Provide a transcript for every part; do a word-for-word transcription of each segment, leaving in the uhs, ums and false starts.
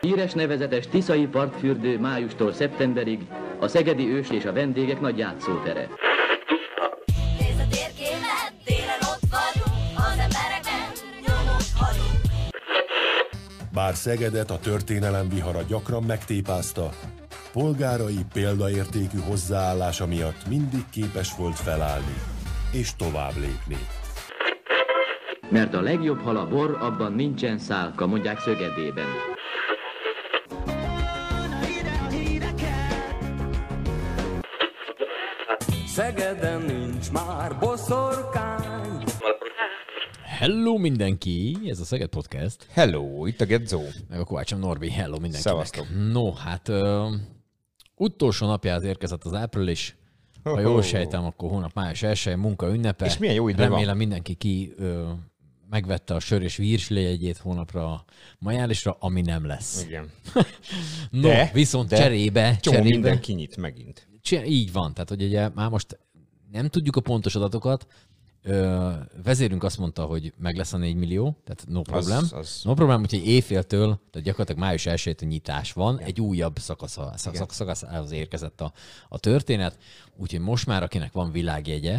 Híres nevezetes tiszai partfürdő májustól szeptemberig a szegedi ős és a vendégek nagy játszótere. Nézd a térképet, télen ott vagyunk, az embereknek nyomot hagyunk. Bár Szegedet a történelem vihara gyakran megtépázta, polgárai példaértékű hozzáállása miatt mindig képes volt felállni és tovább lépni. Mert a legjobb hal a bor, abban nincsen szálka, mondják Szögedében. Szegeden nincs már boszorkány. Hello mindenki, ez a Szeged Podcast. Hello, itt a Gedzó. Meg a Kovácsom Norbi, hello mindenkinek. Szevasztok. No, hát uh, utolsó napjához érkezett az április. Ha Oh, jól oh. sejtem, akkor hónap május elsője, munka ünnepe. És milyen jó idő Remélem van. mindenki ki uh, megvette a sör és virsléjegyét hónapra a majálisra, ami nem lesz. Igen. No, De, viszont de cserébe, Csomó cserébe minden kinyit megint. Cse- így van, tehát hogy ugye már most nem tudjuk a pontos adatokat, Ö, vezérünk azt mondta, hogy meg lesz a négy millió, tehát no problem. Az, az... No problem, úgyhogy éjféltől, tehát gyakorlatilag május elsejétől nyitás van, igen. Egy újabb szakasz, szak, szakaszához érkezett a, a történet, úgyhogy most már akinek van világjegye,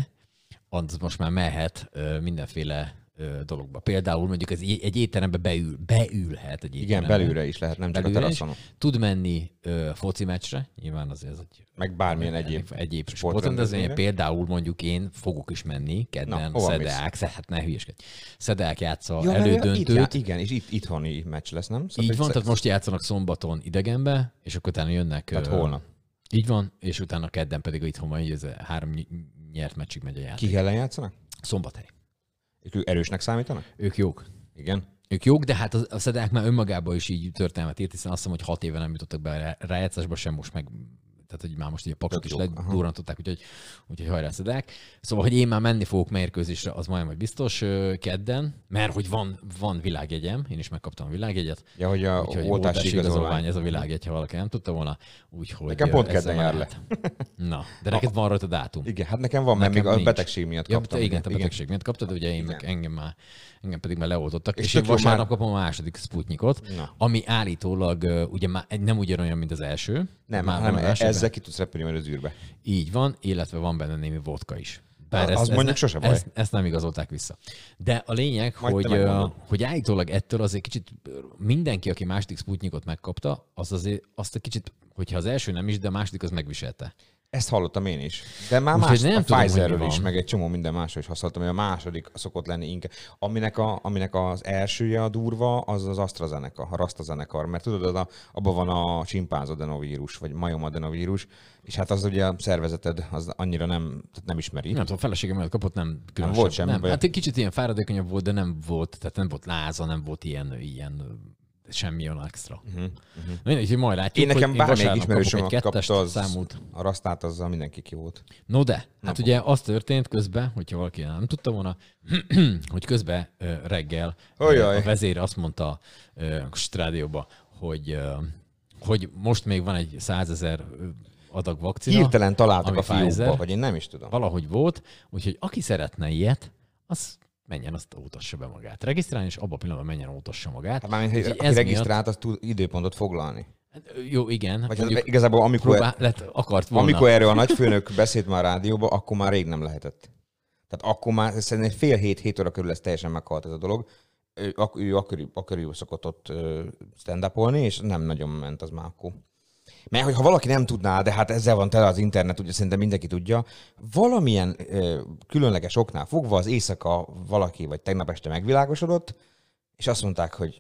az most már mehet ö, mindenféle ö, dologba. Például mondjuk az, egy étterembe beül, beülhet. Egy Igen, belülre is lehet, nem csak a teraszon. Tud menni ö, foci meccsre, nyilván azért ez egy Meg bármilyen egyéb, egyéb sportrendezvénye. Például mondjuk én fogok is menni kedden, Na, Szedeák, hát ne hülyeskedj. Szedeák játsza ja, elődöntőt. Itt já, igen, és itt itthoni meccs lesz, nem? Szóval így van, sz- tehát most játszanak szombaton idegenbe, és akkor utána jönnek. Tehát ö, holnap. Így van, és utána kedden pedig itthon van, így ez három ny- nyert meccsig megy a játék. Ki ellen játszanak? Szombathely. És ők erősnek számítanak? Ők jók. Igen. Ők jók, de hát a, a Szedeák már önmagában is így történelmet írt, hiszen azt hiszem, hogy hat éve nem jutottak be a rájátszásba sem, most meg tehát, hogy már most ugye a Paksot is ledurrantották, úgyhogy, úgyhogy hajrá Szedák. Szóval, hogy én már menni fogok mérkőzésre, az majdnem, hogy biztos kedden, mert hogy van, van világjegyem, én is megkaptam a világjegyet. Ja, hogy a úgyhogy oltási igazolvány. ez a világjegy, ha valaki nem tudta volna. Úgyhogy Nekem pont ezzel kedden már jár lehet. Na, de neked van rajta dátum. Igen, hát nekem van, mert Nekem még a nincs. betegség miatt Ja, kaptam. te, igen, te betegség miatt kaptad, ugye én meg, engem, már, engem pedig már leoltottak. És, És és én tök jó vasárnap már- kapom a második Sputnikot, Na. ami állítólag uh, ugye már nem ugyanolyan, mint az első. Nem, Már hanem van az elsőben. ezzel ki tudsz repülni majd az űrbe. Így van, illetve van benne némi vodka is. Az mondjuk ne- sose baj. Ezt, ezt nem igazolták vissza. De a lényeg, Majd te hogy, megmondod. uh, hogy állítólag ettől azért kicsit mindenki, aki második Sputnikot megkapta, az azért azt a kicsit, hogyha az első nem is, de a második az megviselte. Ezt hallottam én is. De már Úgyhogy más, nem a tudom, hogy Pfizerről mi is, van. meg egy csomó minden másról is hallottam, hogy a második szokott lenni inkább. Aminek, a, aminek az elsője a durva, az az AstraZeneca, a AstraZeneca, mert tudod, az a, abban van a csimpánz adenovírus, vagy majom adenovírus, és hát az ugye a szervezeted az annyira nem, tehát nem ismeri. Nem tudom, a feleségem előtt kapott, nem különösebb. volt semmi nem, baj. hát egy kicsit ilyen fáradékonyabb volt, de nem volt, tehát nem volt láza, nem volt ilyen, ilyen semmi olyan extra. Uh-huh, uh-huh. Mindegy, hogy majd látjuk, Én nekem hogy bármelyik vasárnap ismerősöm, kapok egy aki kettest kapta az, számút. a rasztát, azzal mindenki ki volt. No de, hát Napok. ugye az történt közben, hogyha valaki nem tudta volna, hogy közben ö, reggel ö, Ojaj. a vezér azt mondta ö, a strádióba, hogy, ö, hogy most még van egy százezer adag vakcina. Hirtelen találtak ami a fiókba, Pfizer. vagy én nem is tudom. Valahogy volt, úgyhogy aki szeretne ilyet, az menjen, azt ótassa be magát. Regisztrálni, és abban a pillanatban menjen, ótassa magát. Hát mármint, hogy Úgyhogy aki ez regisztrált, az tud időpontot foglalni. miatt, jó, igen. Vagy mondjuk igazából amikor, próbál, lett, akart volna. amikor erről a nagyfőnök beszélt már a rádióba, akkor már rég nem lehetett. Tehát akkor már szerintem fél hét, hét óra körül ez teljesen meghalt ez a dolog. Ő, ak- ő akkor, akkor szokott ott stand-upolni, és nem nagyon ment az már akkor. Mert hogyha valaki nem tudná, de hát ezzel van tele az internet, ugye szerintem mindenki tudja, valamilyen ö, különleges oknál fogva az éjszaka valaki, vagy tegnap este megvilágosodott, és azt mondták, hogy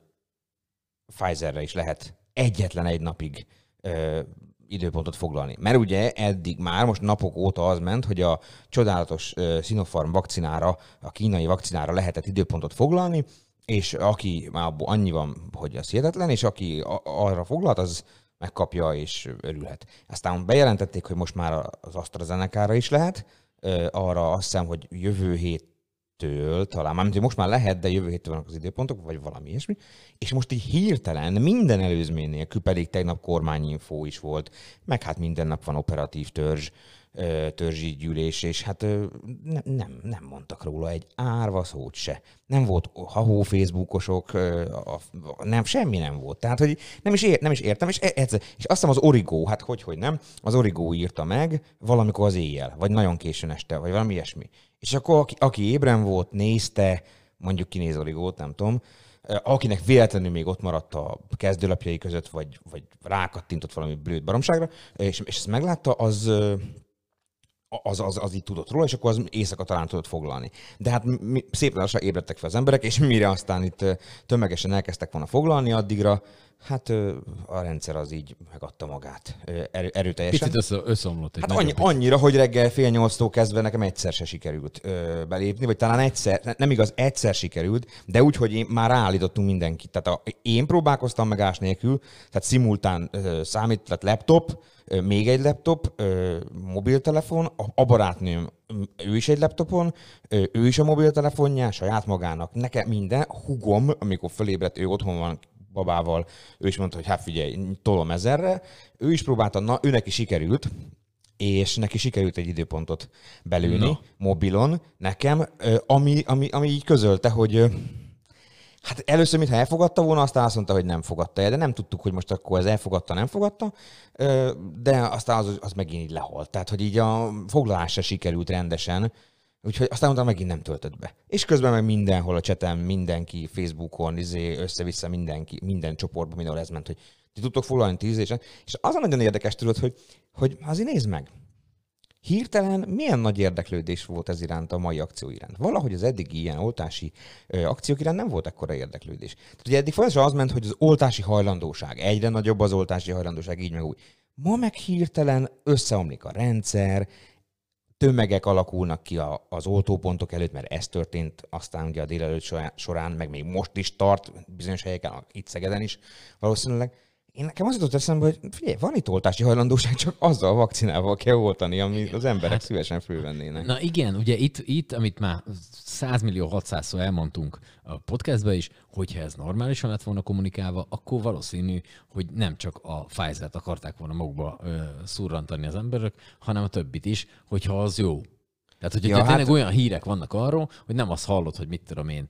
Pfizerre is lehet egyetlen egy napig ö, időpontot foglalni. Mert ugye eddig már, most napok óta az ment, hogy a csodálatos ö, Sinopharm vakcinára, a kínai vakcinára lehetett időpontot foglalni, és aki már abból annyi van, hogy az hihetetlen, és aki a- arra foglalt, az megkapja és örülhet. Aztán bejelentették, hogy most már az AstraZeneca-ra is lehet, ö, arra azt hiszem, hogy jövő héttől talán, mármint, hogy most már lehet, de jövő héttől vannak az időpontok, vagy valami ilyesmi, és most így hirtelen minden előzmény nélkül, pedig tegnap kormányinfó is volt, meg hát minden nap van operatív törzs, törzsi gyűlés, és hát ne, nem, nem mondtak róla egy árva szót se. Nem volt hahó Facebookosok, nem, semmi nem volt. Tehát, hogy nem is, ér, nem is értem, és, és azt hiszem az Origo, hát hogy, hogy nem, az Origo írta meg valamikor az éjjel, vagy nagyon későn este, vagy valami ilyesmi. És akkor aki, aki ébren volt, nézte, mondjuk kinéz Origót, nem tudom, akinek véletlenül még ott maradt a kezdőlapjai között, vagy, vagy rákattintott valami blőd baromságra, és, és ezt meglátta, az, az, az, az így tudott róla, és akkor az éjszaka talán tudott foglalni. De hát mi, szépen lassan ébredtek fel az emberek, és mire aztán itt tömegesen elkezdtek volna foglalni, addigra hát a rendszer az így megadta magát erő, erőteljesen. Picit össze, összeomlott. Hát annyi, annyira, hogy reggel fél nyolctól kezdve nekem egyszer se sikerült ö, belépni, vagy talán egyszer, nem igaz, egyszer sikerült, de úgy, hogy én, már ráállítottunk mindenkit. Tehát a, én próbálkoztam meg ás nélkül, tehát szimultán ö, számít, tehát laptop, ö, még egy laptop, ö, mobiltelefon, a, a barátnőm, ő is egy laptopon, ö, ő is a mobiltelefonján, saját magának, nekem minden, hugom, amikor fölébredt, ő otthon van babával, ő is mondta, hogy hát figyelj, tolom ezerre. Ő is próbálta, na, ő neki sikerült, és neki sikerült egy időpontot belülni, no. mobilon, nekem, ami, ami, ami így közölte, hogy hát először, mintha elfogadta volna, aztán azt mondta, hogy nem fogadta el, de nem tudtuk, hogy most akkor ez elfogadta, nem fogadta, de aztán az, az megint így lehalt. Tehát, hogy így a foglalás se sikerült rendesen, úgyhogy aztán mondtam, megint nem töltött be. És közben meg mindenhol a chaten, mindenki, Facebookon, izé, össze-vissza mindenki, minden csoportban, mindenhol ez ment, hogy ti tudtok foglalni tíz ésen. És az a nagyon érdekes tudod, hogy, hogy azért nézd meg. Hirtelen milyen nagy érdeklődés volt ez iránt a mai akció iránt. Valahogy az eddigi ilyen oltási ö, akciók iránt nem volt ekkora érdeklődés. Tehát ugye eddig folyamatosan az ment, hogy az oltási hajlandóság, egyre nagyobb az oltási hajlandóság, így meg úgy. Ma meg hirtelen összeomlik a rendszer, tömegek alakulnak ki a, az oltópontok előtt, mert ez történt aztán ugye a délelőtt során, meg még most is tart bizonyos helyeken, itt Szegeden is valószínűleg. Én nekem az jutott eszembe, hogy figyelj, van itt oltási hajlandóság, csak azzal a vakcinával kell oltani, amit az emberek hát, szívesen fölvennének. Na igen, ugye itt, itt amit már száz millió hatszázszor elmondtunk a podcastben is, hogyha ez normálisan lett volna kommunikálva, akkor valószínű, hogy nem csak a Pfizer-t akarták volna magukba ö, szurrantani az emberek, hanem a többit is, hogyha az jó. Tehát, hogy ja, tényleg hát... olyan hírek vannak arról, hogy nem azt hallod, hogy mit tudom én,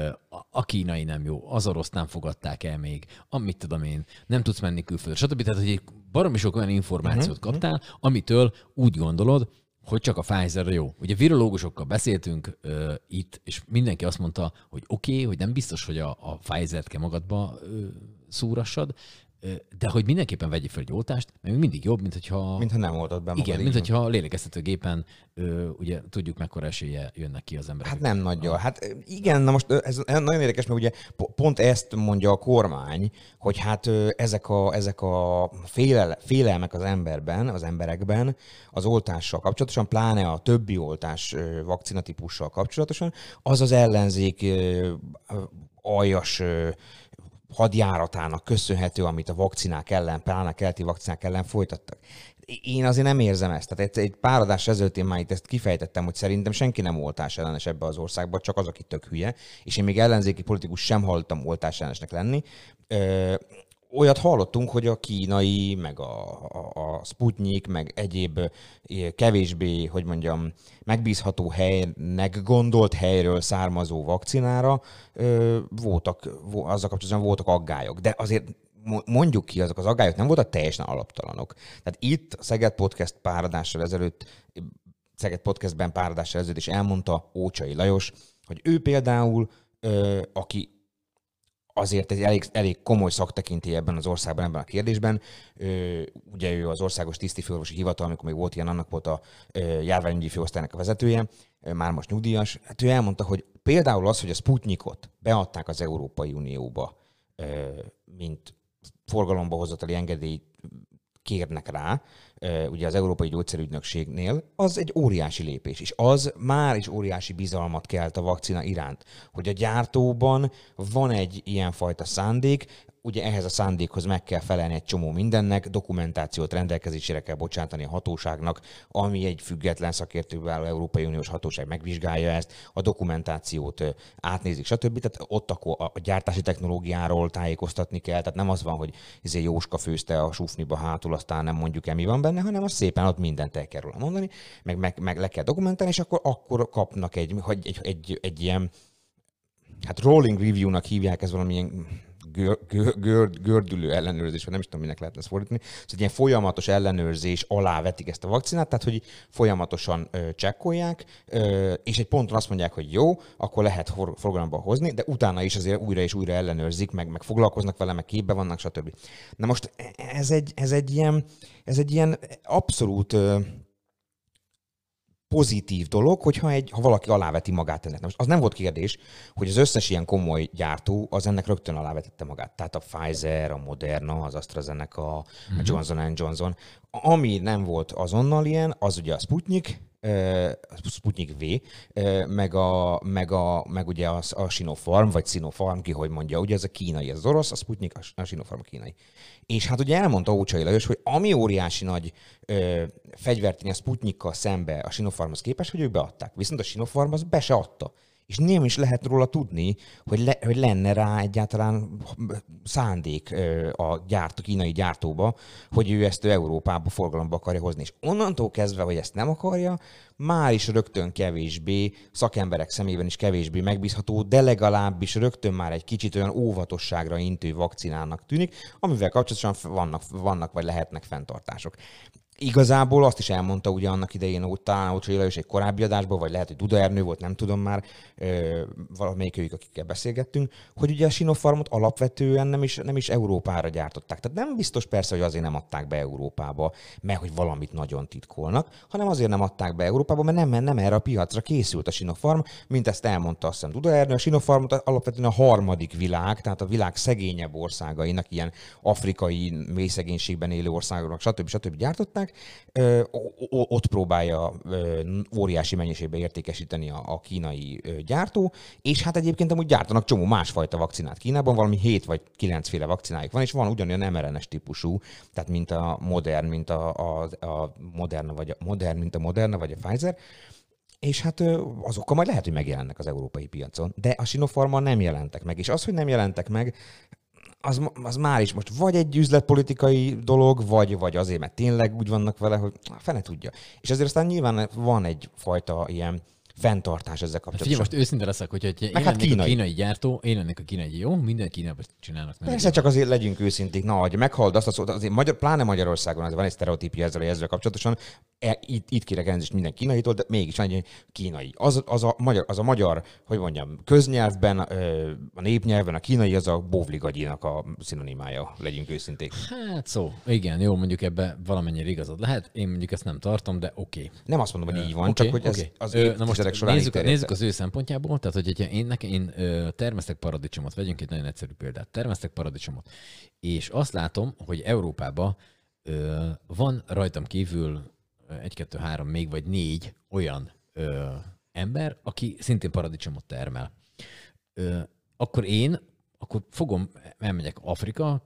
a kínai nem jó, az orosz nem fogadták el még, amit tudom én, nem tudsz menni külföldre, stb. Tehát, hogy baromi sok olyan információt uh-huh. kaptál, amitől úgy gondolod, hogy csak a Pfizer jó. Ugye virológusokkal beszéltünk uh, itt, és mindenki azt mondta, hogy oké, okay, hogy nem biztos, hogy a, a Pfizer-t kell magadba uh, szúrassad, de hogy mindenképpen vegyél fel egy oltást, mert még mindig jobb, mint hogyha... Mintha nem oltad be magad. Igen, mint hogyha a lélegeztetőgépen, ugye tudjuk, mekkora esélye jönnek ki az emberek. Hát nem nagyon. Hát igen, na most ez nagyon érdekes, mert ugye pont ezt mondja a kormány, hogy hát ezek a, ezek a félel, félelmek az emberben, az emberekben az oltással kapcsolatosan, pláne a többi oltás vakcinatípussal kapcsolatosan, az az ellenzék aljas hadjáratának köszönhető, amit a vakcinák ellen, pláne a keleti vakcinák ellen folytattak. Én azért nem érzem ezt. Tehát egy pár adás ezelőtt én már itt ezt kifejtettem, hogy szerintem senki nem oltás ellenes ebbe az országba, csak az, aki tök hülye, és én még ellenzéki politikus sem hallottam oltás ellenesnek lenni. Ö, olyat hallottunk, hogy a kínai, meg a, a, a Sputnik, meg egyéb kevésbé, hogy mondjam, megbízható helynek gondolt helyről származó vakcinára ö, voltak, azzal kapcsolatban voltak aggályok. De azért mondjuk ki, azok az aggályok nem voltak teljesen alaptalanok. Tehát itt a Szeged Podcast pár adással ezelőtt, Szeged Podcastben pár adással ezelőtt is elmondta Ócsai Lajos, hogy ő például, ö, aki azért egy elég, elég komoly szaktekintély ebben az országban, ebben a kérdésben. Ö, ugye ő az Országos Tisztifőorvosi Hivatal, amikor még volt ilyen, annak volt a ö, járványügyi főosztálynak a vezetője, ö, már most nyugdíjas. Hát ő elmondta, hogy például az, hogy a Sputnikot beadták az Európai Unióba, ö, mint forgalomba hozatali engedélyt kérnek rá, ugye az Európai Gyógyszerügynökségnél, az egy óriási lépés, és az már is óriási bizalmat kelt a vakcina iránt, hogy a gyártóban van egy ilyenfajta szándék, ugye ehhez a szándékhoz meg kell felelni egy csomó mindennek, dokumentációt rendelkezésére kell bocsátani a hatóságnak, ami egy független szakértőből álló Európai Uniós hatóság megvizsgálja ezt, a dokumentációt átnézik, stb. Tehát ott akkor a gyártási technológiáról tájékoztatni kell, tehát nem az van, hogy izé Jóska főzte a sufniba hátul, aztán nem mondjuk el, mi van benne, benne, hanem azt szépen ott mindent el kell róla mondani, meg, meg, meg le kell dokumentálni, és akkor, akkor kapnak egy, egy, egy, egy, egy ilyen, hát rolling review-nak hívják, ez valamilyen gör, gör, gör, gördülő ellenőrzés, vagy nem is tudom, minek lehetne ezt fordítani. Szóval egy ilyen folyamatos ellenőrzés alá vetik ezt a vakcinát, tehát hogy folyamatosan ö, csekkolják, ö, és egy ponton azt mondják, hogy jó, akkor lehet for- forgalomba hozni, de utána is azért újra és újra ellenőrzik, meg, meg foglalkoznak vele, meg képbe vannak, stb. Na most ez egy, ez egy, ilyen, ez egy ilyen abszolút ö, pozitív dolog, hogyha egy, ha valaki aláveti magát ennek. Most az nem volt kérdés, hogy az összes ilyen komoly gyártó az ennek rögtön alávetette magát. Tehát a Pfizer, a Moderna, az AstraZeneca, a Johnson and Johnson. Ami nem volt azonnal ilyen, az ugye a Sputnik, a Sputnik V, meg, a, meg, a, meg ugye a, a Sinopharm, vagy Sinopharm, ki hogy mondja, ugye ez a kínai, ez az orosz, a Sputnik, a Sinopharm a kínai. És hát ugye elmondta Ócsai Lajos, hogy ami óriási nagy ö, fegyvertény a Sputnikkal szembe a Sinopharmhoz képest, hogy ők beadták. Viszont a Sinopharm az be se adta. És nem is lehet róla tudni, hogy, le, hogy lenne rá egyáltalán szándék a gyártó, kínai gyártóba, hogy ő ezt Európába forgalomba akarja hozni. És onnantól kezdve, hogy ezt nem akarja, már is rögtön kevésbé, szakemberek szemében is kevésbé megbízható, de legalábbis rögtön már egy kicsit olyan óvatosságra intő vakcinának tűnik, amivel kapcsolatosan vannak, vannak vagy lehetnek fenntartások. Igazából azt is elmondta ugye annak idején, hogy talán Ócsai Lajos egy korábbi adásban, vagy lehet, hogy Duda Ernő volt, nem tudom már, valamelyikőjük, akikkel beszélgettünk, hogy ugye a Sinopharmot alapvetően nem is, nem is Európára gyártották. Tehát nem biztos persze, hogy azért nem adták be Európába, mert hogy valamit nagyon titkolnak, hanem azért nem adták be Európába, mert nem, nem erre a piacra készült a Sinopharm, mint ezt elmondta azt hiszem Duda Ernő. A Sinopharmot alapvetően a harmadik világ, tehát a világ szegényebb országainak, ilyen afrikai mély szegénységben élő országoknak, stb. stb. Gyártották. Ö, ott próbálja ö, óriási mennyiségben értékesíteni a, a kínai ö, gyártó, és hát egyébként amúgy gyártanak csomó másfajta vakcinát Kínában, valami hét vagy kilencféle vakcinájuk van, és van ugyanolyan em er en es típusú, tehát mint a Modern, mint a, a, a Moderna, vagy a Modern, mint a Moderna, vagy a Pfizer, és hát azokkal majd lehet, hogy megjelennek az európai piacon, de a Sinopharmmal nem jelentek meg, és az, hogy nem jelentek meg, Az, az már is most vagy egy üzletpolitikai dolog, vagy, vagy azért, mert tényleg úgy vannak vele, hogy fene tudja. És ezért aztán nyilván van egyfajta ilyen fenntartás ezzel kapcsolatban. Figyelj, most őszinte leszek, hogyha én hát lennék kínai. a kínai gyártó, én lennék a kínai, jó? Minden Kínában csinálnak. Persze, csak azért legyünk őszinték. Na, hogy meghallod azt a szót, azért magyar, pláne Magyarországon azért van egy sztereotípia ezzel, ezzel kapcsolatosan. E, itt, itt kérek elnézést minden kínaitól, de mégis van egy kínai. Az, az, a magyar, az a magyar, hogy mondjam, köznyelvben, a népnyelven, a kínai az a bóvligagyinak a szinonimája, legyünk őszinték. Hát szó, igen, jó, mondjuk ebbe valamennyire igazad lehet. Én mondjuk ezt nem tartom, de oké. Okay. Nem azt mondom, hogy így van, okay, csak hogy ez okay. az Ö, na most során nézzük, nézzük az ő szempontjából, tehát hogy én, nekem, én ö, termesztek paradicsomot, vegyünk egy nagyon egyszerű példát, termesztek paradicsomot, és azt látom, hogy Európában ö, van rajtam kívül egy, kettő, három, még vagy négy olyan ö, ember, aki szintén paradicsomot termel. Ö, akkor én, akkor fogom, elmegyek Afrika,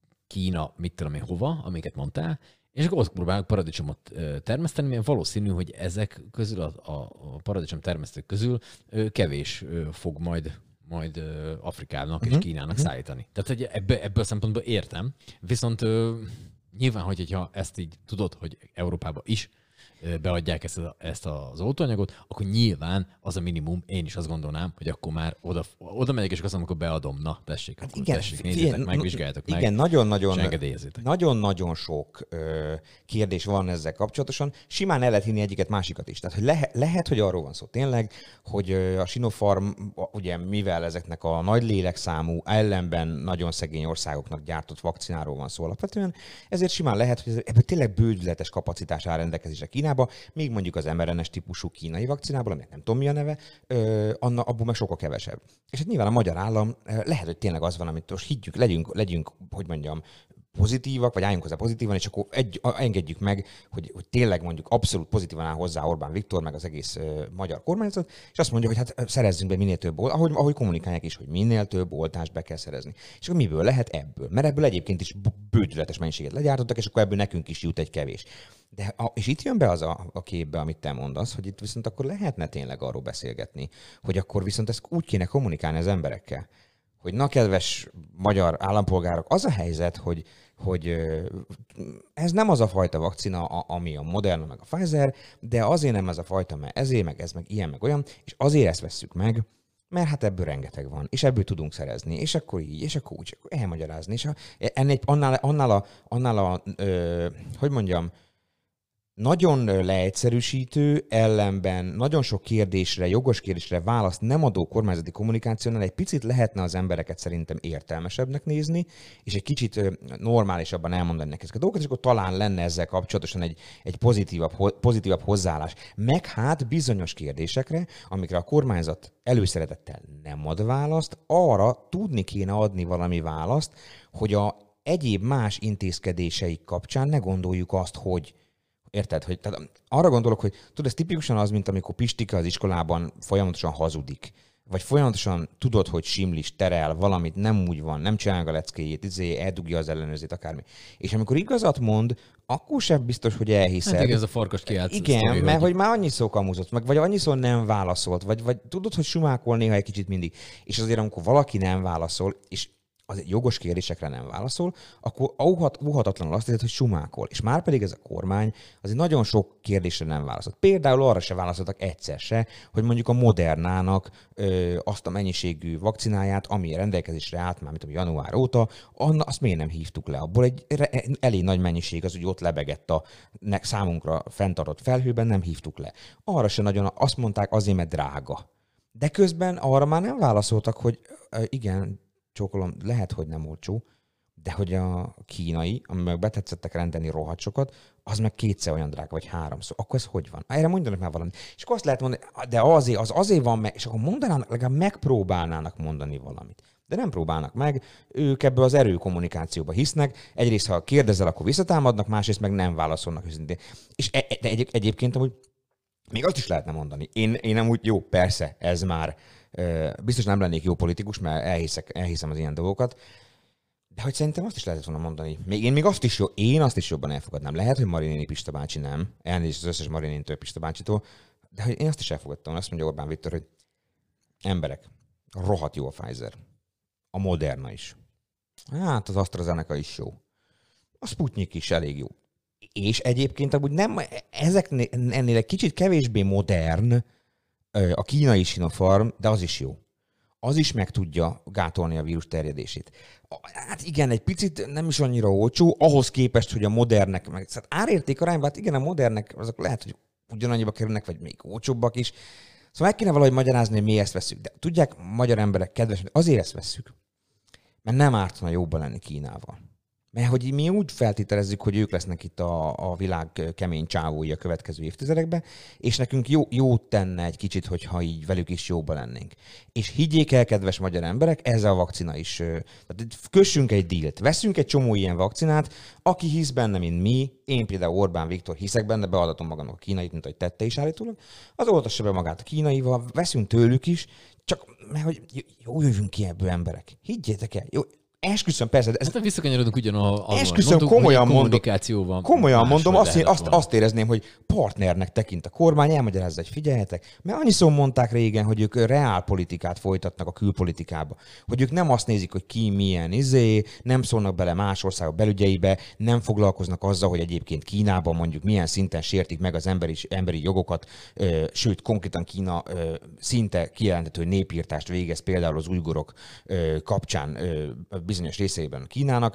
Kína, mit tudom én hova, amiket mondtál, és akkor ott próbálok paradicsomot termeszteni, mert valószínű, hogy ezek közül, a, a paradicsom termesztők közül kevés fog majd, majd Afrikának uh-huh. és Kínának uh-huh. szállítani. Tehát hogy ebből, ebből a szempontból értem, viszont nyilván, hogyha ezt így tudod, hogy Európába is beadják ezt, a, ezt az oltóanyagot, akkor nyilván az a minimum, én is azt gondolnám, hogy akkor már oda, oda megyek, és azt mondom, akkor beadom. Na, tessék, hát akkor igen, tessék, nézzétek igen, meg, vizsgáljátok meg, igen, nagyon-nagyon, engedélyezzétek. Nagyon-nagyon sok ö, kérdés van ezzel kapcsolatosan. Simán el lehet hinni egyiket, másikat is. Tehát hogy lehet, lehet, hogy arról van szó tényleg, hogy a Sinopharm, ugye mivel ezeknek a nagy lélekszámú, ellenben nagyon szegény országoknak gyártott vakcináról van szó alapvetően, ezért simán lehet, hogy ebből tényleg bődületes kapacitás áll rendelkezésre Kínába, még mondjuk az em er en es típusú kínai vakcinából, aminek nem tudom mi a neve, ö, anna, abból meg sokkal kevesebb. És hát nyilván a magyar állam lehet, hogy tényleg az van, amit most higgyük, legyünk, legyünk, hogy mondjam, pozitívak, vagy álljunk hozzá pozitívan, és akkor egy, engedjük meg, hogy, hogy tényleg mondjuk abszolút pozitívan áll hozzá Orbán Viktor, meg az egész uh, magyar kormányzat, és azt mondja, hogy hát szerezzünk be minél több oltást, ahogy, ahogy kommunikálják is, hogy minél több oltást be kell szerezni. És akkor miből lehet? Ebből. Mert ebből egyébként is bődületes mennyiséget legyártottak, és akkor ebből nekünk is jut egy kevés. De a, és itt jön be az a, a képbe, amit te mondasz, hogy itt viszont akkor lehetne tényleg arról beszélgetni, hogy akkor viszont ezt úgy kéne kommunikálni az emberekkel, hogy na, kedves magyar állampolgárok, az a helyzet, hogy, hogy ez nem az a fajta vakcina, ami a Moderna meg a Pfizer, de azért nem ez a fajta, mert ezért, meg ez, meg ilyen, meg olyan, és azért ezt vesszük meg, mert hát ebből rengeteg van, és ebből tudunk szerezni, és akkor így, és akkor úgy, akkor elmagyarázni, és a, ennél, annál, annál a, annál a ö, hogy mondjam, nagyon leegyszerűsítő, ellenben nagyon sok kérdésre, jogos kérdésre választ nem adó kormányzati kommunikációnál egy picit lehetne az embereket szerintem értelmesebbnek nézni, és egy kicsit normálisabban elmondani nekik ezeket a dolgokat, és akkor talán lenne ezzel kapcsolatosan egy, egy pozitívabb, pozitívabb hozzáállás. Meg hát bizonyos kérdésekre, amikre a kormányzat előszeretettel nem ad választ, arra tudni kéne adni valami választ, hogy a egyéb más intézkedéseik kapcsán ne gondoljuk azt, hogy érted? Hogy, tehát arra gondolok, hogy tudod, ez tipikusan az, mint amikor Pistike az iskolában folyamatosan hazudik. Vagy folyamatosan tudod, hogy simlis, terel, valamit nem úgy van, nem csinálja a leckéjét, izé, eldugja az ellenőrzét, akármi. És amikor igazat mond, akkor sem biztos, hogy elhiszed. Hát igen, ez a farkas kiállt. Igen, sztori, mert hogy... hogy már annyiszor kamuzott, meg, vagy annyiszor nem válaszolt, vagy, vagy tudod, hogy sumákol néha egy kicsit mindig. És azért, amikor valaki nem válaszol, és az jogos kérdésekre nem válaszol, akkor óhatatlanul azt érzed, hogy sumákol. És már pedig ez a kormány azért nagyon sok kérdésre nem válaszolt. Például arra se válaszoltak egyszer se, hogy mondjuk a Modernának ö, azt a mennyiségű vakcináját, ami rendelkezésre állt már, mint a január óta, anna, azt miért nem hívtuk le? Abból egy elég nagy mennyiség az, hogy ott lebegett a számunkra fenntartott felhőben, nem hívtuk le. Arra se nagyon azt mondták, azért, mert drága. De közben arra már nem válaszoltak, hogy ö, igen, csókolom, lehet, hogy nem olcsó, de hogy a kínai, amivel betetszettek rendelni rohadt sokat, az meg kétszer olyan drága, vagy háromszor. Akkor ez hogy van? Erre mondanak már valamit. És akkor azt lehet mondani, de azért, az azért van meg, és akkor mondanának, legalább megpróbálnának mondani valamit. De nem próbálnak meg, ők ebből az erőkommunikációba hisznek, egyrészt, ha kérdezel, akkor visszatámadnak, másrészt meg nem válaszolnak őszintén. És e- de egy- egyébként amúgy még azt is lehetne mondani. Én, én nem úgy, jó, persze, ez már biztos nem lennék jó politikus, mert elhiszek, elhiszem az ilyen dolgokat, de hogy szerintem azt is lehetett volna mondani. Még én még azt is, jó, én azt is jobban elfogadnám. Lehet, hogy Marinéni Pista bácsi nem, elnézést az összes Marinénitől Pista bácsitól, de hogy én azt is elfogadtam. Azt mondja Orbán Viktor, hogy emberek, rohadt jó a Pfizer. A Moderna is. Hát az AstraZeneca is jó. A Sputnik is elég jó. És egyébként amúgy nem, ezeknél ennél egy kicsit kevésbé modern a kínai Sinopharm, de az is jó. Az is meg tudja gátolni a vírus terjedését. Hát igen, egy picit nem is annyira olcsó, ahhoz képest, hogy a modernek, meg szóval árérték arányban, hát igen, a modernek, azok lehet, hogy ugyanannyiba kerülnek, vagy még olcsóbbak is. Szóval meg kéne valahogy magyarázni, hogy mi ezt veszük. De tudják, magyar emberek, kedves, azért ezt veszük, mert nem ártana jobban lenni Kínával. Mert hogy mi úgy feltételezzük, hogy ők lesznek itt a, a világ kemény csávói a következő évtizedekben, és nekünk jó, jót tenne egy kicsit, hogyha így velük is jóban lennénk. És higgyék el, kedves magyar emberek, ez a vakcina is. Tehát kössünk egy dílt, veszünk egy csomó ilyen vakcinát, aki hisz benne, mint mi, én például Orbán Viktor hiszek benne, beadatom magamnak a kínait, mint ahogy tette is állítólag, az oltassa be magát a kínaival, veszünk tőlük is, csak mert hogy jó, jövünk ki ebből emberek. Higgyétek el, jó. Esküszöm, persze. Ez... Hát visszakanyarodunk ugyanahol. Esküszöm, komolyan mondom, komolyan mondom azt, én, azt, azt érezném, hogy partnernek tekint a kormány, elmagyarázza, hogy figyeljetek, mert annyiszor mondták régen, hogy ők reálpolitikát folytatnak a külpolitikába. Hogy ők nem azt nézik, hogy ki milyen izé, nem szólnak bele más országok belügyeibe, nem foglalkoznak azzal, hogy egyébként Kínában mondjuk milyen szinten sértik meg az emberi, emberi jogokat, ö, sőt, konkrétan Kína ö, szinte kijelentett, hogy népírtást végez például az ujgurok ö, kapcsán ö, bizonyos részeiben Kínának,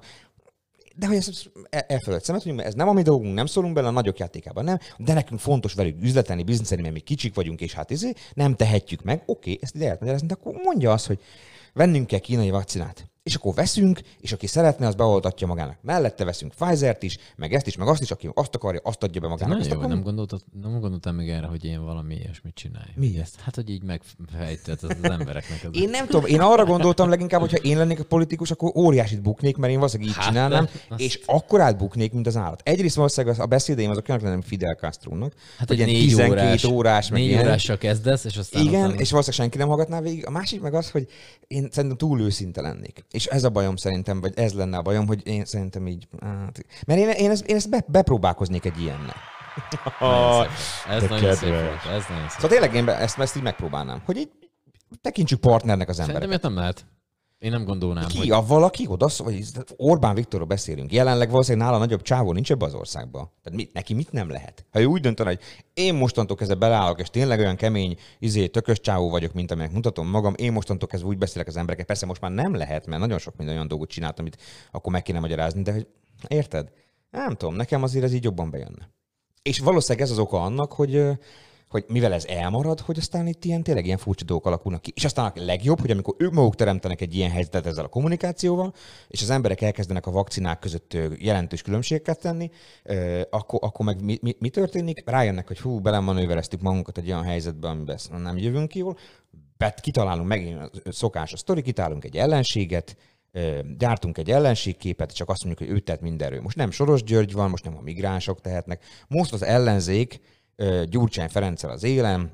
de hogy ezt elfelejt szemet, hogy ez nem a mi dolgunk, nem szólunk bele, a nagyok játékában nem, de nekünk fontos velük üzletelni, bizniszelni, mert mi kicsik vagyunk, és hát izé, nem tehetjük meg. Oké, ezt ide lehet magyarázni, de akkor mondja azt, hogy vennünk kell kínai vakcinát. És akkor veszünk, és aki szeretne, az beoltatja magának. Mellette veszünk Pfizert is, meg ezt is, meg azt is, aki azt akarja, azt adja be magának. Nagyon jó, akkor... nem, nem gondoltam még erre, hogy én valami ilyesmit csináljak. Mi ezt? Hát, hogy így megfejtett az, az embereknek. Az én nem tudom, én arra gondoltam leginkább, hogyha én lennék a politikus, akkor óriásit buknék, mert én valószínűleg így hát, csinálnám, azt... és akkor átbuknék, mint az állat. Egyrészt valószínűleg a beszédeim azok olyanok lennem Fidel Castrónak. Hát egy négy órás, órás, meg négy órással kezdesz, és aztán... Igen, aztán... és valószínűleg senki nem hallgatná végig. A másik meg az, hogy én szerintem túl őszinte lennék. És ez a bajom szerintem, vagy ez lenne a bajom, hogy én szerintem így... Hát, mert én, én ezt, én ezt be, bepróbálkoznék egy ilyennel. Oh, ez nagyon szép volt. Ez nagyon szép. Szóval tényleg én ezt, ezt így megpróbálnám. Hogy így tekintsük partnernek az embereket. Szerintem ilyet nem lehet. Én nem gondolnám, Ki hogy... a valaki oda, vagy Orbán Viktorról beszélünk. Jelenleg valószínűleg nála nagyobb csávó nincs ebbe az országban. Tehát mit, neki mit nem lehet? Ha ő úgy döntene, hogy én mostantól kezdve beleállok, és tényleg olyan kemény, izé, tökös csávó vagyok, mint amelyek mutatom magam, én mostantól kezdve úgy beszélek az embereket. Persze most már nem lehet, mert nagyon sok minden olyan dolgot csinált, amit akkor meg kéne magyarázni, de hogy érted? Nem tudom, nekem azért ez így jobban bejönne. És valószínűleg ez az oka annak, hogy hogy mivel ez elmarad, hogy aztán itt ilyen, tényleg ilyen furcsa dolgok alakulnak ki. És aztán a legjobb, hogy amikor ők maguk teremtenek egy ilyen helyzetet ezzel a kommunikációval, és az emberek elkezdenek a vakcinák között jelentős különbségeket tenni, akkor, akkor meg mi, mi, mi történik? Rájönnek, hogy hú, belemanővereztük magunkat egy olyan helyzetbe, amiben nem jövünk ki jól, bet kitalálunk megint szokás a sztori, kitálunk egy ellenséget, gyártunk egy ellenségképet, csak azt mondjuk, hogy ő tett mindenről. Most nem Soros György van, most nem a migránsok tehetnek. Most az ellenzék Gyurcsány Ferenccel az élen,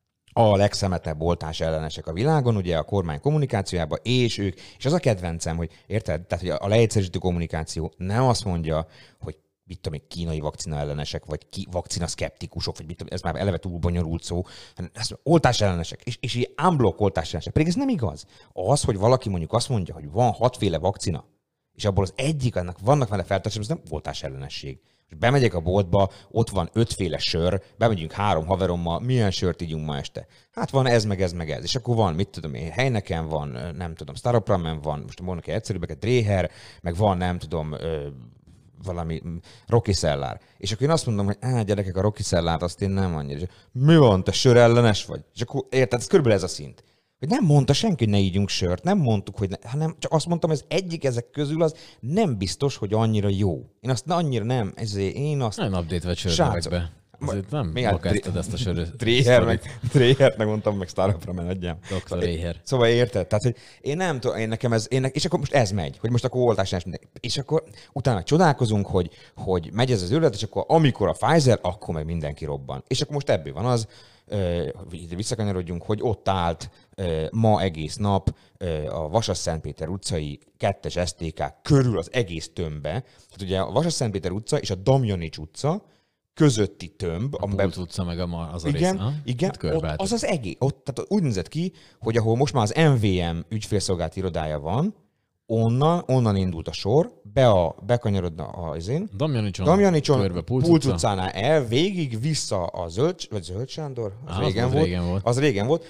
a legszemetebb oltás ellenesek a világon, ugye a kormány kommunikációjában, és ők, és az a kedvencem, hogy érted, tehát hogy a leegyszerűsítő kommunikáció nem azt mondja, hogy mit tudom én, kínai vakcina ellenesek, vagy ki, vakcina szkeptikusok, vagy mit tudom, ez már eleve túl bonyolult szó, hanem ez oltás ellenesek, és, és így unblock oltás ellenesek. Pedig ez nem igaz. Az, hogy valaki mondjuk azt mondja, hogy van hatféle vakcina, és abból az egyik, annak vannak vele feltartások, ez nem oltás ellenesség. És bemegyek a boltba, ott van ötféle sör, bemegyünk három haverommal, milyen sört ígyunk ma este? Hát van ez, meg ez, meg ez. És akkor van, mit tudom én, Heineken van, nem tudom, Staropramen van, most mondok egy egyszerűbbeket, Dréher, meg van, nem tudom, ö, valami Rocky Szellár. És akkor én azt mondom, hogy á, gyerekek, a Rocky Szellárt azt én nem annyira. És mi van, te sör ellenes vagy? És akkor érted, ez körülbelül ez a szint. Hogy nem mondta senki, hogy ne ígyunk sört, nem mondtuk, hogy ne, hanem csak azt mondtam, hogy ez egyik ezek közül az nem biztos, hogy annyira jó. Én azt annyira nem, ezért én azt... Nem update-vet sört be. Azért nem ma kezdted ezt a söröt. Tréher, meg, Tréhert megmondtam, meg Starupra menedjem. doktor Réher. Szóval érted? Tehát, hogy én nem tudom, én nekem ez, én, és akkor most ez megy, hogy most akkor oltás mindenki. És akkor utána csodálkozunk, hogy, hogy megy ez az őrület, és akkor amikor a Pfizer, akkor meg mindenki robban. És akkor most ebből van az, visszakanyarodjunk, hogy ott állt ma egész nap a Vasas-Szentpéter utcai kettes es té ká körül az egész tömbbe. Tehát ugye a Vasas-Szentpéter utca és a Damjanics utca közötti tömb. A Pult utca meg a, az a igen, rész. Igen, ott az az egész. Ott, tehát úgy nézett ki, hogy ahol most már az em vé em ügyfélszolgált irodája van, onnan, onnan indult a sor, be a, bekanyarodna az én. Damjanicson, Damjanicson körbe, Pult, Pult utca. utcánál el, végig vissza a Zöld, vagy Zöld Sándor, az, Á, régen, az, az volt, régen volt. Az régen volt.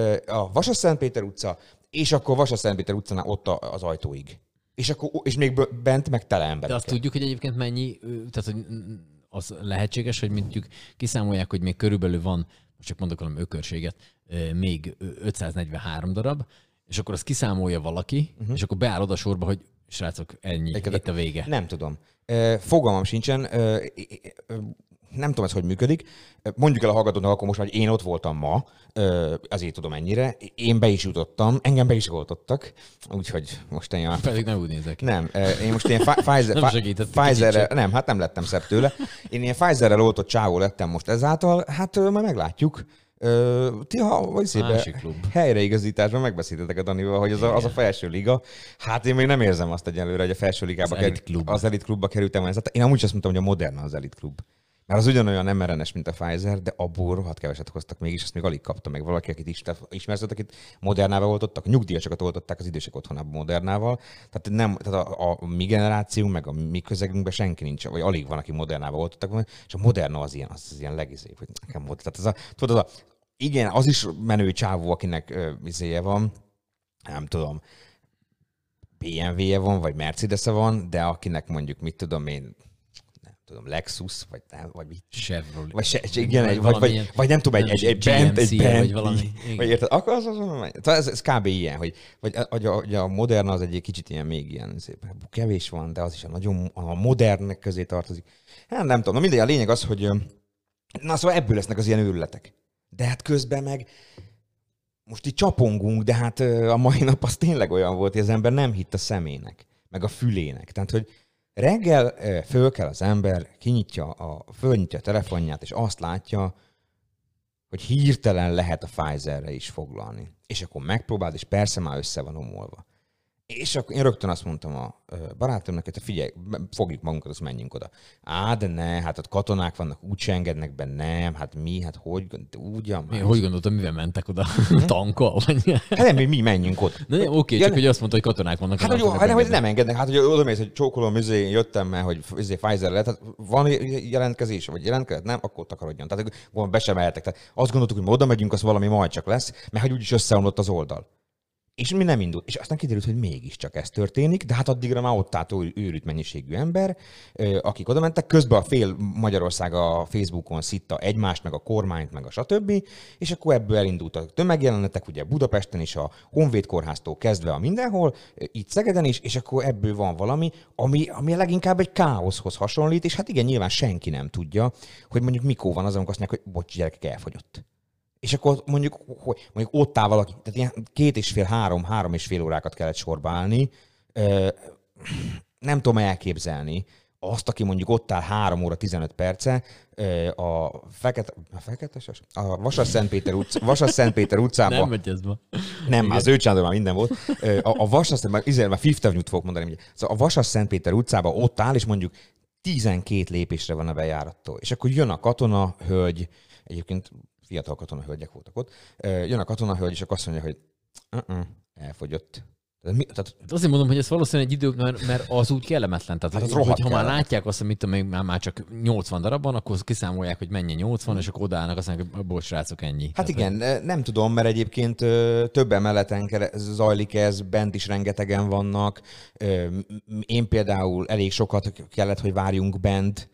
A Vasas-Szentpéter utca, és akkor Vasas-Szentpéter utcánál ott az ajtóig. És, akkor, és még bent meg tele emberek. De azt tudjuk, hogy egyébként mennyi, tehát hogy az lehetséges, hogy mondjuk kiszámolják, hogy még körülbelül van, most csak mondok valami ökörséget, még ötszáznegyvenhárom darab, és akkor azt kiszámolja valaki, uh-huh. és akkor beáll oda sorba, hogy srácok, ennyi, Egy itt a vége. Nem tudom. Fogalmam sincsen. Nem tudom, ez hogy működik. Mondjuk el a hallgatónak, akkor most már, hogy én ott voltam ma, azért tudom ennyire. Én be is jutottam, engem be is oltottak, úgyhogy most én... A... Pedig nem úgy nézek. Nem, én most ilyen Pfizer, nem Pfizerrel, nem, hát nem lettem szebb tőle. Én ilyen Pfizerrel oltott csávó lettem most ezáltal, hát majd meglátjuk. Ti, ha vagy szépen helyreigazításban megbeszéltetek a Danival, hogy az a, az a felső liga. Hát én még nem érzem azt egyelőre, hogy a felső ligába az elit klub. Az elit klubba kerültem. Én amúgy azt mondtam, hogy a Moderna az elit klub. Mert az ugyanolyan em er en es, mint a Pfizer, de abból rohadt keveset hoztak mégis, azt még alig kapta meg valaki, akit is ismersz, akit Modernával oltottak, a nyugdíjasokat oltották az idősek otthonában Modernával. Tehát, nem, tehát a, a, a mi generáció, meg a mi közegünkben senki nincs, vagy alig van, aki Modernával oltottak, és a Moderna az ilyen, az, az ilyen legizébb, hogy nekem volt. Tehát az a, tudod, az a, igen, az is menő csávó, akinek izéje van, nem tudom, bé em vé-je van, vagy Mercedes-e van, de akinek mondjuk, mit tudom én, tudom, Lexus, vagy nem, vagy mit. Chevrolet. Vagy, se, igen, egy, vagy, vagy, vagy nem tudom, egy, egy, egy bent, egy bent, vagy valami. Vagy érted, akkor az, az, az, az, ez kb. Ilyen, hogy, vagy a, a, a Moderna az egy kicsit ilyen még ilyen, szép, kevés van, de az is a nagyon, a modernek közé tartozik. Hát nem tudom, na mindegy, a lényeg az, hogy na szóval ebből lesznek az ilyen őrületek. De hát közben meg most itt csapongunk, de hát a mai nap az tényleg olyan volt, hogy az ember nem hitt a szemének, meg a fülének. Tehát, hogy reggel föl kell az ember, kinyitja a, fölnyitja a telefonját, és azt látja, hogy hirtelen lehet a Pfizerre is foglalni. És akkor megpróbáld, és persze már össze van omolva. És akkor én rögtön azt mondtam a barátomnak, hogy figyelj, fogjuk magunkat, azt menjünk oda. Á, de ne, hát ott katonák vannak, úgyse engednek be, nem, hát mi, hát hogy, ugyan. Én hogy gondoltam, mivel mentek oda? Tankkal? Hát nem, mi, mi menjünk oda. Na, oké, okay, csak hogy azt mondta, hogy katonák vannak. Hát, hogy, jó, hát hogy nem engednek, hát hogy oda mész, hogy csókolom, izé, jöttem, mert hogy izé, Pfizer lehet, hát van jelentkezés, vagy jelentkezett, nem, akkor takarodjon. Tehát be sem mehetek. Tehát azt gondoltuk, hogy oda megyünk, az valami majd csak lesz, mert hogy úgyis összeomlott az oldal. És mi nem indult. És aztán kiderült, hogy mégiscsak ez történik, de hát addigra már ott állt őrült mennyiségű ember, akik oda mentek. Közben a fél Magyarország a Facebookon szitta egymást, meg a kormányt, meg a stb. És akkor ebből elindultak tömegjelenetek, ugye Budapesten is, a Honvéd kórháztól kezdve a mindenhol, itt Szegeden is, és akkor ebből van valami, ami, ami leginkább egy káoszhoz hasonlít, és hát igen, nyilván senki nem tudja, hogy mondjuk mikor van az, amikor azt mondják, hogy bocs, gyerekek, elfogyott. És akkor mondjuk, hogy mondjuk ott áll valaki, tehát ilyen két és fél, három, három és fél órákat kellett sorba állni. Nem tudom elképzelni azt, aki mondjuk ott áll három óra tizenöt perce, a Fekete, a Fekete, a Vasas-Szentpéter utca, Vasas-Szentpéter utcában. Nem megy ez ma. Nem, az ő csinálom, már minden volt. A, a Vasas-Szentpéter, már Fifth Avenue-t fogok mondani. Szóval a Vasas-Szentpéter utcában ott áll, és mondjuk tizenkét lépésre van a bejárattól. És akkor jön a katona, hölgy, egyébként fiatal katonahölgyek voltak ott, jön a katonahölgy, és akkor azt mondja, hogy uh-uh, elfogyott. Tehát, mi, tehát... Azért mondom, hogy ez valószínűleg egy idő, mert, mert az úgy kellemetlen. Tehát, hát hogy, ha már látják azt, hogy mit tudom, már, már csak nyolcvan darabban, akkor kiszámolják, hogy mennyi nyolcvan, és akkor odaállnak, azt mondják, hogy bocs, srácok, ennyi. Hát tehát, igen, hogy... nem tudom, mert egyébként több emeleten zajlik ez, bent is rengetegen vannak. Én például elég sokat kellett, hogy várjunk bent,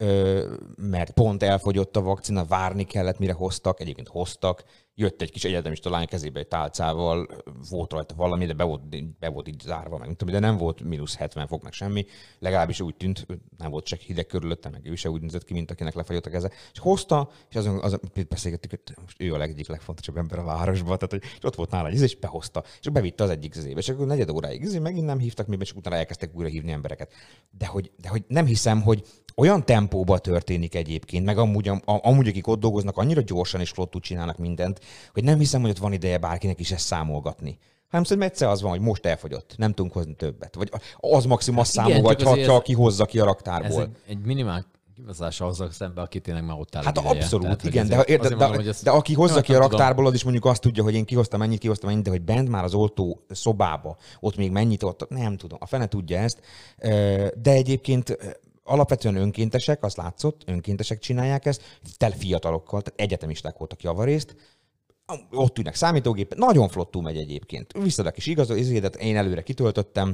mert pont elfogyott a vakcina, várni kellett, mire hoztak, egyébként hoztak, jött egy kis egyetemista lány kezébe egy tálcával, volt rajta valami, de be volt, be volt így zárva, meg de nem volt mínusz hetven fok, meg semmi, legalábbis úgy tűnt, nem volt csak hideg körülötte, meg ő se úgy nézett ki, mint akinek lefagyott a keze, és hozta, és azon, azon beszélgettük, hogy most ő a egyik legfontosabb ember a városban, tehát hogy ott volt nála egy, és behozta, és bevitte az egyik zébe, és akkor negyed óráig, megint nem hívtak még, és utána elkezdtek újra hívni embereket. De hogy, de hogy nem hiszem, hogy olyan tempóban történik egyébként, meg amúgy, amúgy, akik ott dolgoznak, annyira gyorsan és flottul csinálnak mindent, hogy nem hiszem, hogy ott van ideje bárkinek is ezt számolgatni. Hanem szerintem egyszer az van, hogy most elfogyott, nem tudunk hozni többet. Vagy az maximum azt számol, vagy ha, ha ki hozza ki a raktárból. Ez egy, egy minimál kivazása azzal szemben, aki tényleg már ott áll. Hát ideje. abszolút, tehát, igen, de, azért, de, azért de, mondom, de, ezt... de aki hozza jó, ki a raktárból, az is mondjuk azt tudja, hogy én kihoztam ennyit, kihoztam ennyit, de hogy bent már az oltó szobába, ott még mennyit ott, nem tudom, a fene tudja ezt. De egyébként alapvetően önkéntesek, az látszott, önkéntesek csinálják ezt, tele fiatalokkal, tehát egyetemisták voltak javarészt, ott ülnek számítógépen, nagyon flottul megy egyébként. Visszadak is igaz, ezért én előre kitöltöttem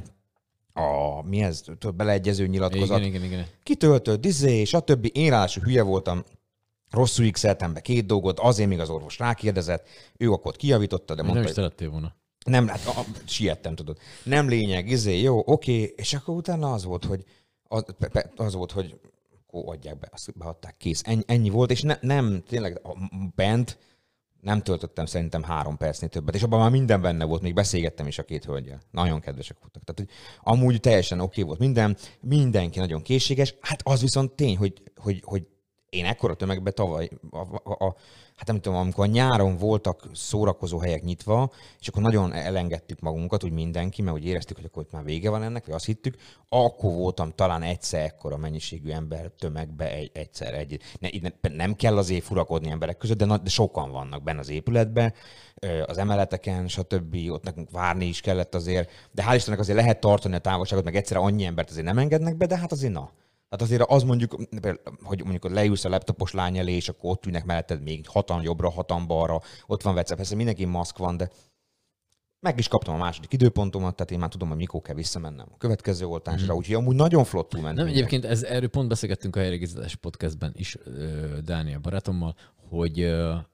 a, mi ez, beleegyező nyilatkozat. Igen, igen, igen. Kitöltött, dizé, stb. Én ráadásul hülye voltam, rosszul x-eltem be két dolgot, azért még az orvos rákérdezett, ő akkor ott kijavította, de mondta, nem is szerettél volna. Nem, hát a, siettem, tudod. Nem lényeg, izé, jó, oké, és akkor utána az volt, hogy az, az volt, hogy akkor adják be, azt beadták, kész. Ennyi, ennyi volt, és ne, nem, tényleg bent nem töltöttem szerintem három percnél többet, és abban már minden benne volt, még beszélgettem is a két hölgyel. Nagyon kedvesek voltak. Tehát, hogy amúgy teljesen oké volt minden, mindenki nagyon készséges, hát az viszont tény, hogy, hogy, hogy én ekkora tömegben tavaly, a, a, a, hát nem tudom, amikor a nyáron voltak szórakozó helyek nyitva, és akkor nagyon elengedtük magunkat, úgy mindenki, mert úgy éreztük, hogy akkor itt már vége van ennek, vagy azt hittük, akkor voltam talán egyszer ekkora mennyiségű ember tömegbe egy, egyszer egy. Ne, ne, nem kell azért furakodni emberek között, de, de sokan vannak benne az épületben, az emeleteken, stb. Ott nekünk várni is kellett azért, de hál' Istennek azért lehet tartani a távolságot, meg egyszerre annyi embert azért nem engednek be, de hát azért na. Tehát azért az mondjuk, hogy mondjuk leülsz a laptopos lány elé, és akkor ott ülnek melletted még hatan jobbra, hatan balra, ott van WhatsApp, persze mindenki maszk van, de meg is kaptam a második időpontomat, tehát én már tudom, hogy mikor kell visszamennem a következő oltásra, mm. úgyhogy amúgy nagyon flottul ment. Nem, egyébként ez, erről pont beszélgettünk a helyreigazítás podcastben is Dániel barátommal, hogy,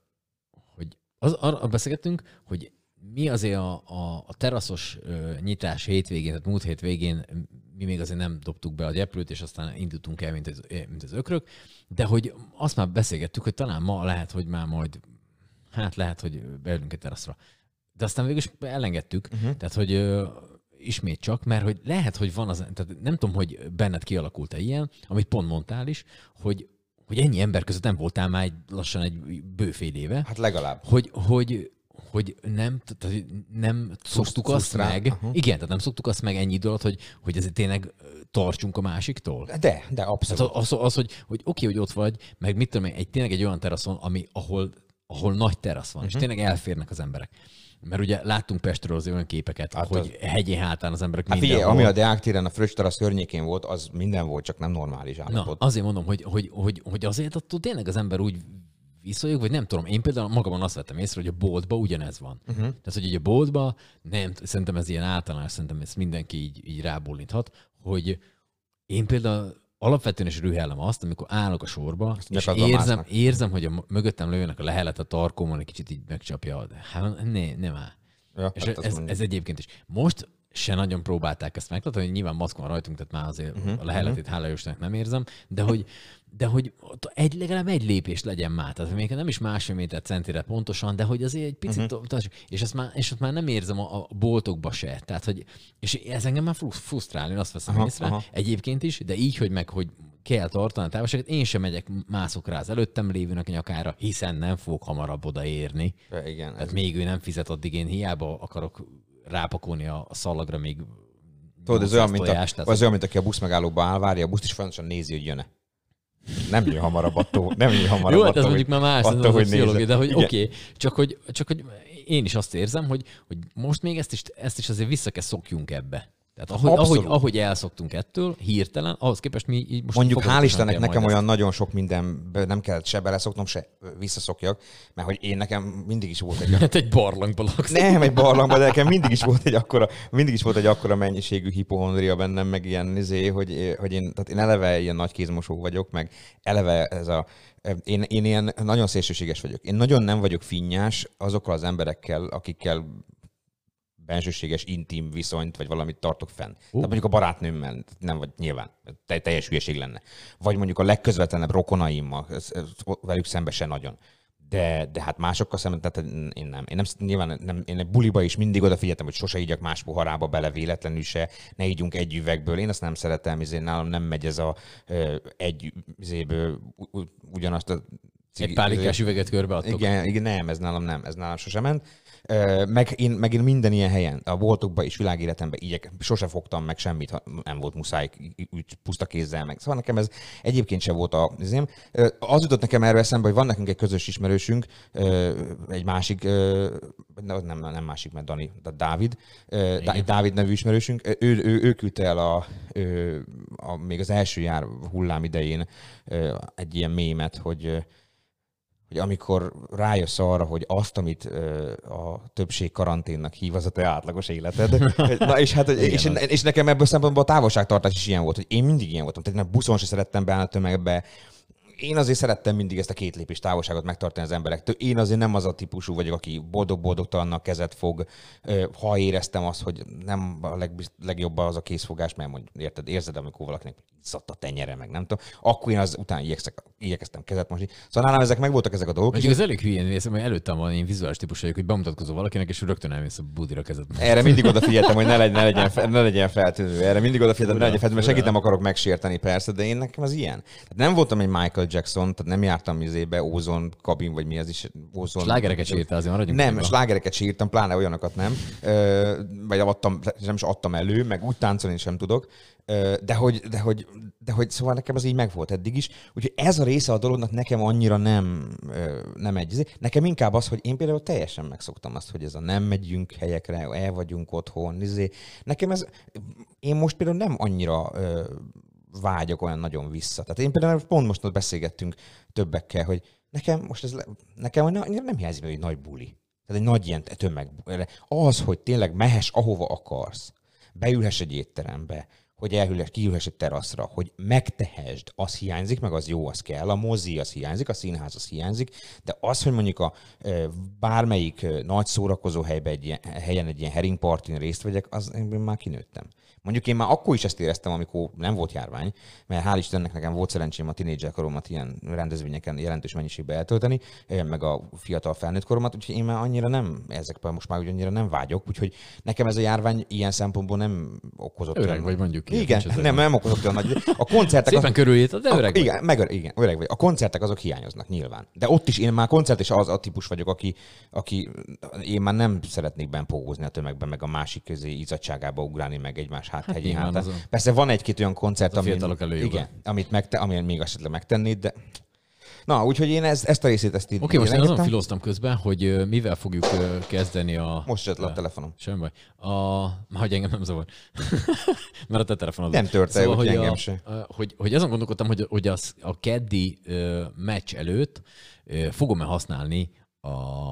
hogy az, arra beszélgettünk, hogy mi azért a, a, a teraszos nyitás hétvégén, tehát múlt hétvégén mi még azért nem dobtuk be a gyeplőt, és aztán indultunk el, mint az, mint az ökrök, de hogy azt már beszélgettük, hogy talán ma lehet, hogy már majd, hát lehet, hogy beülünk egy teraszra. De aztán végül is elengedtük, uh-huh. tehát hogy ö, ismét csak, mert hogy lehet, hogy van az, tehát nem tudom, hogy benned kialakult-e ilyen, amit pont mondtál is, hogy, hogy ennyi ember között nem voltál már egy, lassan egy bő fél éve. Hát legalább. Hogy, hogy, hogy nem, tehát nem szoktuk azt frusztrál. meg, Aha. igen, tehát nem szoktuk azt meg ennyi idő alatt, hogy, hogy ezért tényleg tartsunk a másiktól. De, de abszolút. Tehát az, az, hogy, hogy oké, hogy ott vagy, meg mit tudom én, egy, tényleg egy olyan teraszon, ami, ahol, ahol nagy terasz van, uh-huh. és tényleg elférnek az emberek. Mert ugye láttunk Pestről az olyan képeket, hát hogy az... hegyi hátán az emberek hát mindenhol. figyelj, ami a Deák téren, a Fröccs terasz környékén volt, az minden volt, csak nem normális állapot. Na, azért mondom, hogy, hogy, hogy, hogy azért attól tényleg az ember úgy viszonyog, vagy nem tudom, én például magamon azt vettem észre, hogy a boltban ugyanez van. Uh-huh. Tehát, hogy a boltban, nem, szerintem ez ilyen általános, szerintem ezt mindenki így, így rábólinthat, hogy én például alapvetően is rühellem azt, amikor állok a sorba, azt és érzem, érzem, hogy a mögöttem lőnek a lehelet a tarkómon, egy kicsit így megcsapja. Hát ne, nem áll. Ja, és hát ez, ez egyébként is. Most se nagyon próbálták ezt megtartani, hogy nyilván maszk van rajtunk, tehát már azért uh-huh, a leheletét uh-huh. hála Jóistennek nem érzem, de hogy, de hogy egy, legalább egy lépés legyen már, tehát még nem is másfél méter centire pontosan, de hogy azért egy picit, uh-huh. és ezt már, és ezt már nem érzem a, a boltokba se, tehát hogy, és ez engem már frusztrál, én azt veszem aha, észre, aha. egyébként is, de így, hogy meg, hogy kell tartani a távolságot, én sem megyek, mászok rá az előttem lévőnek a nyakára, hiszen nem fogok hamarabb odaérni. Ja, igen, tehát még ő nem fizet, addig én hiába akarok rápakolni a szalagra még. Tudod, ez olyan, mint a, az olyan, mint aki a busz megállóba áll, várja a buszt, és folyamatosan nézi, hogy jön-e. Nem jön hamarabb attól, nem jön hamarabb jó, attól, ez mondjuk már más, attól, hogy pszichológia, de hogy oké, okay, csak, hogy, csak hogy én is azt érzem, hogy, hogy most még ezt is, ezt is azért vissza kell szokjunk ebbe. Tehát ahogy, ahogy, ahogy elszoktunk ettől, hirtelen, ahhoz képest mi így most... Mondjuk hál' Istennek nekem olyan ezt. Nagyon sok minden nem kellett se beleszoknom, se visszaszokjak, mert hogy én nekem mindig is volt egy... Hát egy barlangban laksz. Nem, egy barlangban, de nekem mindig is volt egy akkora, mindig is volt egy akkora mennyiségű hipohondria bennem, meg ilyen izé, hogy, hogy én, tehát én eleve ilyen nagy kézmosó vagyok, meg eleve ez a... Én, én ilyen nagyon szélsőséges vagyok. Én nagyon nem vagyok finnyás azokkal az emberekkel, akikkel bensőséges, intim viszonyt, vagy valamit tartok fenn. Uh. Tehát mondjuk a barátnőmmel nem vagy nyilván, teljes hülyeség lenne. Vagy mondjuk a legközvetlenebb rokonaimmal, velük szembe se nagyon. De, de hát másokkal szemben, tehát én nem. Én nem, nyilván nem, én egy buliba is mindig odafigyeltem, hogy sose igyak más poharába bele véletlenül se, ne ígyunk egy üvegből. Én azt nem szeretem, ezért nálam nem megy ez a egy üzéből ugyanazt a Egy pálinkás üveget körbeadtok. Igen, igen, nem, ez nálam nem, ez nálam sosem ment. Meg én, meg én minden ilyen helyen, a boltokban és világéletemben igyek, sose fogtam meg semmit, ha nem volt muszáj, úgy puszta kézzel meg. Szóval nekem ez egyébként sem volt a... Az jutott nekem erről eszembe, hogy van nekünk egy közös ismerősünk, egy másik, nem, nem másik, mert Dani, de Dávid, igen. Dávid nevű ismerősünk, ő, ő, ő küldte el a, a, még az első jár hullám idején egy ilyen mémet, hogy hogy amikor rájössz arra, hogy azt, amit ö, a többség karanténnak hív, az a te átlagos életed. Na és, hát, és, és nekem ebből szempontból a távolságtartás is ilyen volt, hogy én mindig ilyen voltam. Tehát buszon se szerettem beállni a tömegbe. Én azért szerettem mindig ezt a két lépés távolságot megtartani az emberektől. Én azért nem az a típusú vagyok, aki boldog-boldogtalannak kezet fog, ha éreztem azt, hogy nem a legbizt, legjobb az a készfogás, mert mondjuk, érted, érzed, amikor valakinek izzadt a tenyere, meg nem tudom, akkor én az után igyekszek, igyekeztem kezet mosni. Szóval nálam ezek megvoltak ezek a dolgok. Mondjuk ez elég hülyén nézem, hogy előttem van én vizuális típus vagyok, hogy bemutatkozol valakinek, és rögtön elmész a budira kezet. Erre mindig odafigyeltem, hogy ne legyen, ne legyen, ne legyen feltűnő. Erre mindig odafigyeltem, ne legyen feltűnő, mert segít nem akarok megsérteni persze, de én nekem az ilyen. Tehát nem voltam egy Michael Jackson, tehát nem jártam izébe, ózon kabin, vagy mi az is. Ózon. Slágereket sírtál, azért maradjunk. Nem, kívül. Slágereket sírtam, pláne olyanokat nem. Ö, vagy adtam, nem is adtam elő, meg úgy táncolni sem tudok. Ö, de hogy, de hogy, de hogy szóval nekem az így megvolt eddig is. Úgyhogy ez a része a dolognak nekem annyira nem, nem egy. Nekem inkább az, hogy én például teljesen megszoktam azt, hogy ez a nem megyünk helyekre, el vagyunk otthon. Izé. Nekem ez, én most például nem annyira ö, vágyok olyan nagyon vissza. Tehát én például pont most ott beszélgettünk többekkel, hogy nekem most ez, nekem nem hiányzik egy nagy buli. Tehát egy nagy ilyen tömeg. Az, hogy tényleg mehess ahova akarsz, beülhess egy étterembe, hogy elhűlhess, kiülhess egy teraszra, hogy megtehesd, az hiányzik, meg az jó, az kell, a mozi az hiányzik, a színház az hiányzik, de az, hogy mondjuk a bármelyik nagy szórakozó helyben egy ilyen, helyen egy ilyen heringpartin részt vegyek, az én már kinőttem. Mondjuk én már akkor is ezt éreztem, amikor nem volt járvány, mert hál' Istennek nekem volt szerencsém a tínédzser koromat ilyen rendezvényeken jelentős mennyiségben eltölteni, meg a fiatal felnőtt koromat, úgyhogy én már annyira nem, ezekben most már annyira nem vágyok, úgyhogy nekem ez a járvány ilyen szempontból nem okozott. Öreg olyan, vagy mondjuk. Igen, nem, nem okozott olyan nagy. A koncertek... Szépen körülírtad, de öreg a, igen, meg, igen, öreg vagy. A koncertek azok hiányoznak nyilván. De ott is én már koncert és az a típus vagyok, aki, aki én már nem szeretnék benn pózni a tömegben, meg a másik közé izzadságába ugrálni, meg egymás háthegyén hát, hátán. A... Persze van egy-két olyan koncert, ami, igen, amit megte, ami még esetleg megtennéd, de... Na, úgyhogy én ezt, ezt a részét ezt így... Oké, okay, most én azon filóztam közben, hogy mivel fogjuk kezdeni a... Most jött le a telefonom. Semmi baj. A... Hogy engem nem zavar. Mert a te telefonod. Nem törte, szóval, hogy engem se. Hogy, hogy azon gondolkodtam, hogy, hogy az, a keddi uh, meccs előtt uh, fogom-e használni a,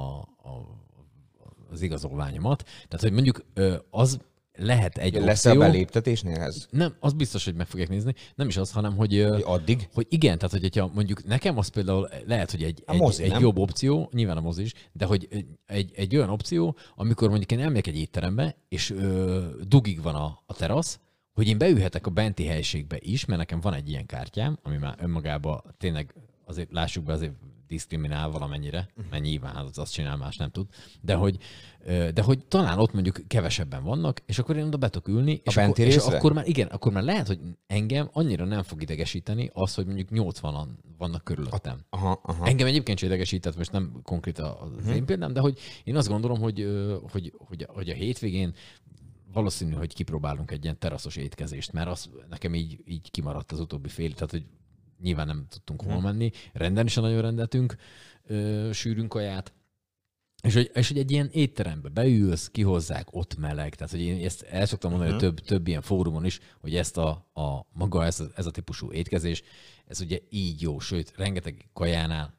a, az igazolványomat. Tehát, hogy mondjuk uh, az lehet egy lesz opció. Lesz a beléptetésnél ez? Nem, az biztos, hogy meg fogják nézni. Nem is az, hanem, hogy... hogy addig? Hogy igen, tehát, hogyha mondjuk nekem az például lehet, hogy egy, egy, mozi, egy jobb opció, nyilván a mozi is, de hogy egy, egy olyan opció, amikor mondjuk én elmegyek egy étterembe, és ö, dugig van a, a terasz, hogy én beülhetek a benti helyiségbe is, mert nekem van egy ilyen kártyám, ami már önmagában tényleg azért lássuk be, azért diszkriminál valamennyire, mert nyilván az azt csinál, más nem tud, de hogy, de hogy talán ott mondjuk kevesebben vannak, és akkor én oda be tudok ülni, és, akkor, és akkor már igen, akkor már lehet, hogy engem annyira nem fog idegesíteni az, hogy mondjuk nyolcvanan vannak körülöttem. Aha, aha. Engem egyébként sem idegesített, most nem konkrét az uh-huh. én példám, de hogy én azt gondolom, hogy, hogy, hogy, hogy a hétvégén valószínű, hogy kipróbálunk egy ilyen teraszos étkezést, mert az nekem így, így kimaradt az utóbbi fél, tehát hogy nyilván nem tudtunk hol menni, renden is nagyon rendeltünk ö, sűrűn kaját, és hogy, és hogy egy ilyen étterembe beülsz, kihozzák, ott meleg, tehát hogy én ezt el szoktam mondani, uh-huh. hogy több, több ilyen fórumon is, hogy ezt a, a maga, ez a, ez a típusú étkezés, ez ugye így jó, sőt, rengeteg kajánál,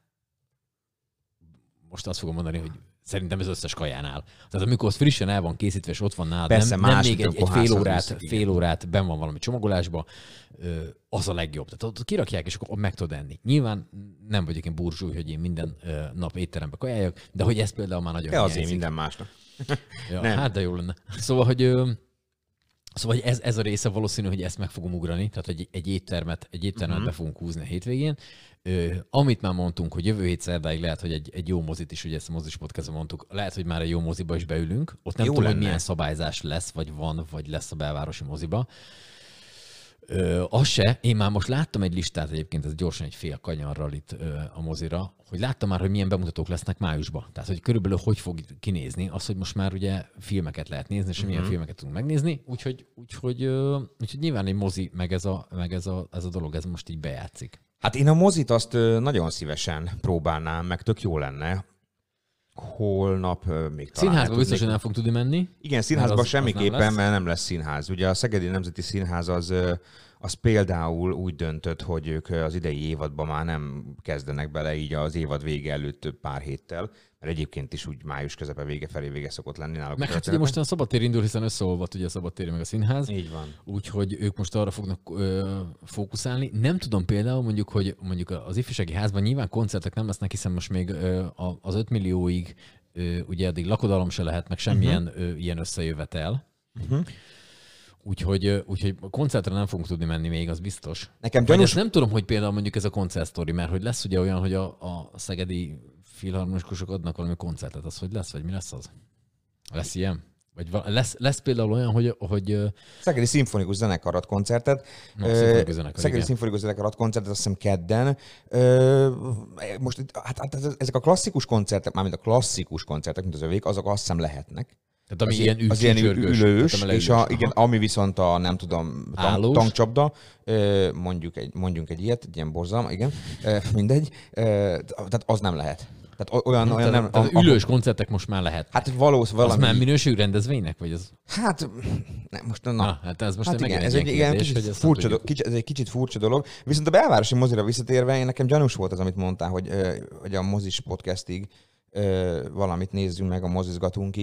most azt fogom mondani, hogy szerintem ez összes kajánál. Tehát amikor az frissen el van készítve, és ott van nálad, Persze, nem, nem még egy, egy fél órát, fél órát benn van valami csomagolásba, az a legjobb. Tehát ott kirakják, és akkor meg tudod enni. Nyilván nem vagyok én burzsúly, hogy én minden nap étterembe kajáljak, de hogy ez például már nagyon hiányzik. De azért minden másnak. Ja, hát de jó lenne. Szóval, hogy... Szóval hogy ez, ez a része valószínű, hogy ezt meg fogom ugrani, tehát egy, egy éttermet, egy éttermet uh-huh. be fogunk húzni a hétvégén. Ö, amit már mondtunk, hogy jövő hét szerdáig lehet, hogy egy, egy jó mozit is, ugye ezt a mozis podcastban mondtuk, lehet, hogy már egy jó moziba is beülünk. Ott nem jó tudom, lenne. Hogy milyen szabályzás lesz, vagy van, vagy lesz a belvárosi moziba. Ö, az se, én már most láttam egy listát egyébként, ez gyorsan egy fél kanyarral itt ö, a mozira, hogy láttam már, hogy milyen bemutatók lesznek májusban. Tehát, hogy körülbelül hogy fog kinézni, az, hogy most már ugye filmeket lehet nézni, és uh-huh. milyen filmeket tudunk megnézni, úgyhogy, úgyhogy, ö, úgyhogy nyilván egy mozi, meg, ez a, meg ez, a, ez a dolog, ez most így bejátszik. Hát én a mozit azt nagyon szívesen próbálnám, meg tök jó lenne. Holnap még talán... Színházba biztos, hogy nem fog tudni menni. Igen, színházba semmiképpen, nem mert nem lesz színház. Ugye a Szegedi Nemzeti Színház az, az például úgy döntött, hogy ők az idei évadban már nem kezdenek bele így az évad vége előtt pár héttel, mert egyébként is úgy május közepe vége felé vége szokott lenni náluk. Meg hát ugye most a szabadtér indul, hiszen összeolvadt ugye a szabadtéri meg a színház. Így van. Úgyhogy ők most arra fognak ö, fókuszálni. Nem tudom például mondjuk, hogy mondjuk az ifjúsági házban nyilván koncertek nem lesznek, hiszen most még ö, az öt millióig ö, ugye addig lakodalom se lehet, meg semmilyen uh-huh. ö, ilyen összejövetel. Uh-huh. Úgyhogy, úgyhogy koncertre nem fogunk tudni menni még, az biztos. Nekem gyanús... Nem tudom, hogy például mondjuk ez a koncertsztori, mert hogy lesz ugye olyan, hogy a, a szegedi filharmonikusok adnak valami koncertet, az hogy lesz, vagy mi lesz az? Lesz ilyen? Vagy lesz, lesz például olyan, hogy... hogy Szegedi Szimfonikus Zenekar ad koncertet. No, Szimfonikus Zenekar, Szegedi Szimfonikus Zenekar ad koncertet, azt hiszem kedden. Ö, most hát, hát ezek a klasszikus koncertek, mármint a klasszikus koncertek, mint az övék, azok azt hiszem lehetnek. Tehát ami az ilyen, ül, az ilyen csörgős, ülős, és a, igen, ami viszont a nem tudom, tank, tankcsapda, mondjuk egy, mondjuk egy ilyet, egy ilyen borzalom, igen, mindegy, tehát az nem lehet. Tehát olyan, nem, olyan nem... Tehát ülős koncertek most már lehet. Hát valószínűleg valami... Az már minőség rendezvénynek, vagy az? Hát, nem, most na. na hát ez most hát igen, ez egy, egy, kérdés, kicsit hogy furcsa do, kicsit, ez egy kicsit furcsa dolog. Viszont a belvárosi mozira visszatérve, én nekem gyanús volt az, amit mondtál, hogy, hogy a mozis podcastig valamit nézzünk meg, a mozizgatunkig.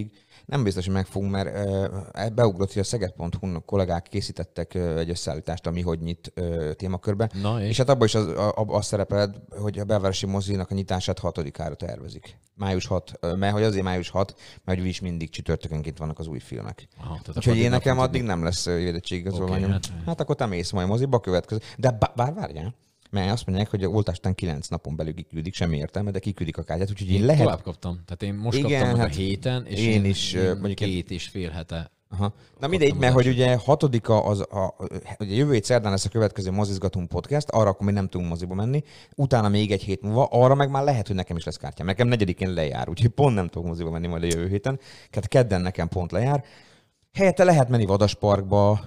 Nem biztos, hogy megfogunk, mert uh, beugrott, hogy a szeged pont hu kollégák készítettek uh, egy összeállítást a Mi hogy nyit uh, témakörbe, Na, és? és hát abban is az, a, az szerepel, hogy a belvárosi mozinak a nyitását hatodikára tervezik. május hatodika, mert hogy azért május hatodika, mert hogy is mindig csütörtökönként vannak az új filmek. Aha, úgyhogy én nekem addig nem lesz védettségigazolványom. Okay, hát... hát akkor te mész majd moziba következő. De bár várjál, mert azt mondják, hogy a oltás után kilenc napon belül kiküldik, semmi értelme, de kiküldik a kártyát, úgyhogy én, én lehet... tovább kaptam. Tehát én most igen, kaptam meg hát a héten, és én, én is én mondjuk két és fél hete. Aha. Na mindegy, mert hogy ugye hatodika az a, ugye jövő hét szerdán lesz a következő Mozizgatunk podcast, arra akkor mi nem tudunk moziba menni, utána még egy hét múlva, arra meg már lehet, hogy nekem is lesz kártyám. Nekem negyedikén lejár, úgyhogy pont nem tudok moziba menni majd a jövő héten, tehát kedden nekem pont lejár. Helyette lehet menni Vadasparkba,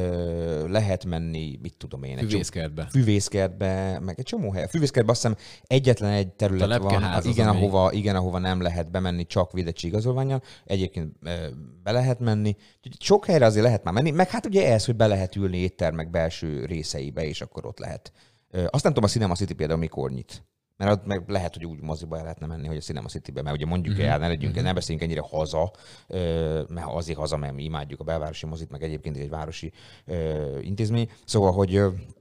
Ö, lehet menni, mit tudom én. Füvészkertbe. Füvészkertbe, meg egy csomó hely. Füvészkertbe azt hiszem egyetlen egy terület van, az igen, az, ahova, ami... igen, ahova nem lehet bemenni csak védettségigazolvánnyal. Egyébként ö, be lehet menni. Sok helyre azért lehet már menni, meg hát ugye ez, hogy be lehet ülni éttermek belső részeibe, és akkor ott lehet. Ö, azt nem tudom, a Cinema City például mikor nyit. Mert ott meg lehet, hogy úgy moziba el lehetne menni, hogy a Cinema City-be, mert ugye mondjuk uh-huh. el, ne legyünk, uh-huh. ne beszéljünk ennyire haza, mert azért haza, mert mi imádjuk a belvárosi mozit, meg egyébként egy városi intézmény. Szóval, hogy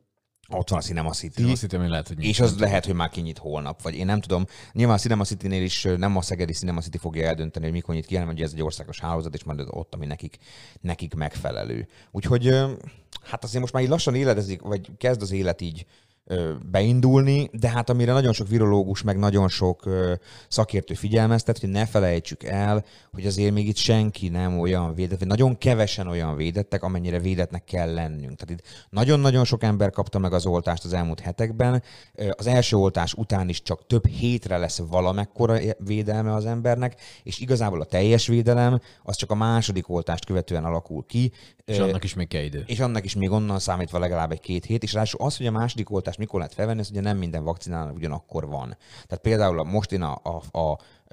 ott van a Cinema City, Cinema City lehet, hogy és az lehet, hogy már kinyit holnap, vagy én nem tudom. Nyilván a Cinema City-nél is nem a szegedi Cinema City fogja eldönteni, hogy mikor nyit ki, hanem hogy ez egy országos hálózat, és majd ott, ami nekik, nekik megfelelő. Úgyhogy hát azért most már így lassan éledezik, vagy kezd az élet így beindulni, de hát amire nagyon sok virológus, meg nagyon sok szakértő figyelmeztet, hogy ne felejtsük el, hogy azért még itt senki nem olyan védett, vagy nagyon kevesen olyan védettek, amennyire védetnek kell lennünk. Tehát itt nagyon-nagyon sok ember kapta meg az oltást az elmúlt hetekben. Az első oltás után is csak több hétre lesz valamekkora védelme az embernek, és igazából a teljes védelem az csak a második oltást követően alakul ki. És annak is még kell idő. És annak is még onnan számítva legalább egy-két hét, és ráadásul az, hogy a második oltást mikor lehet felvenni, az ugye nem minden vakcinálnak ugyanakkor van. Tehát például most én a, a, a, a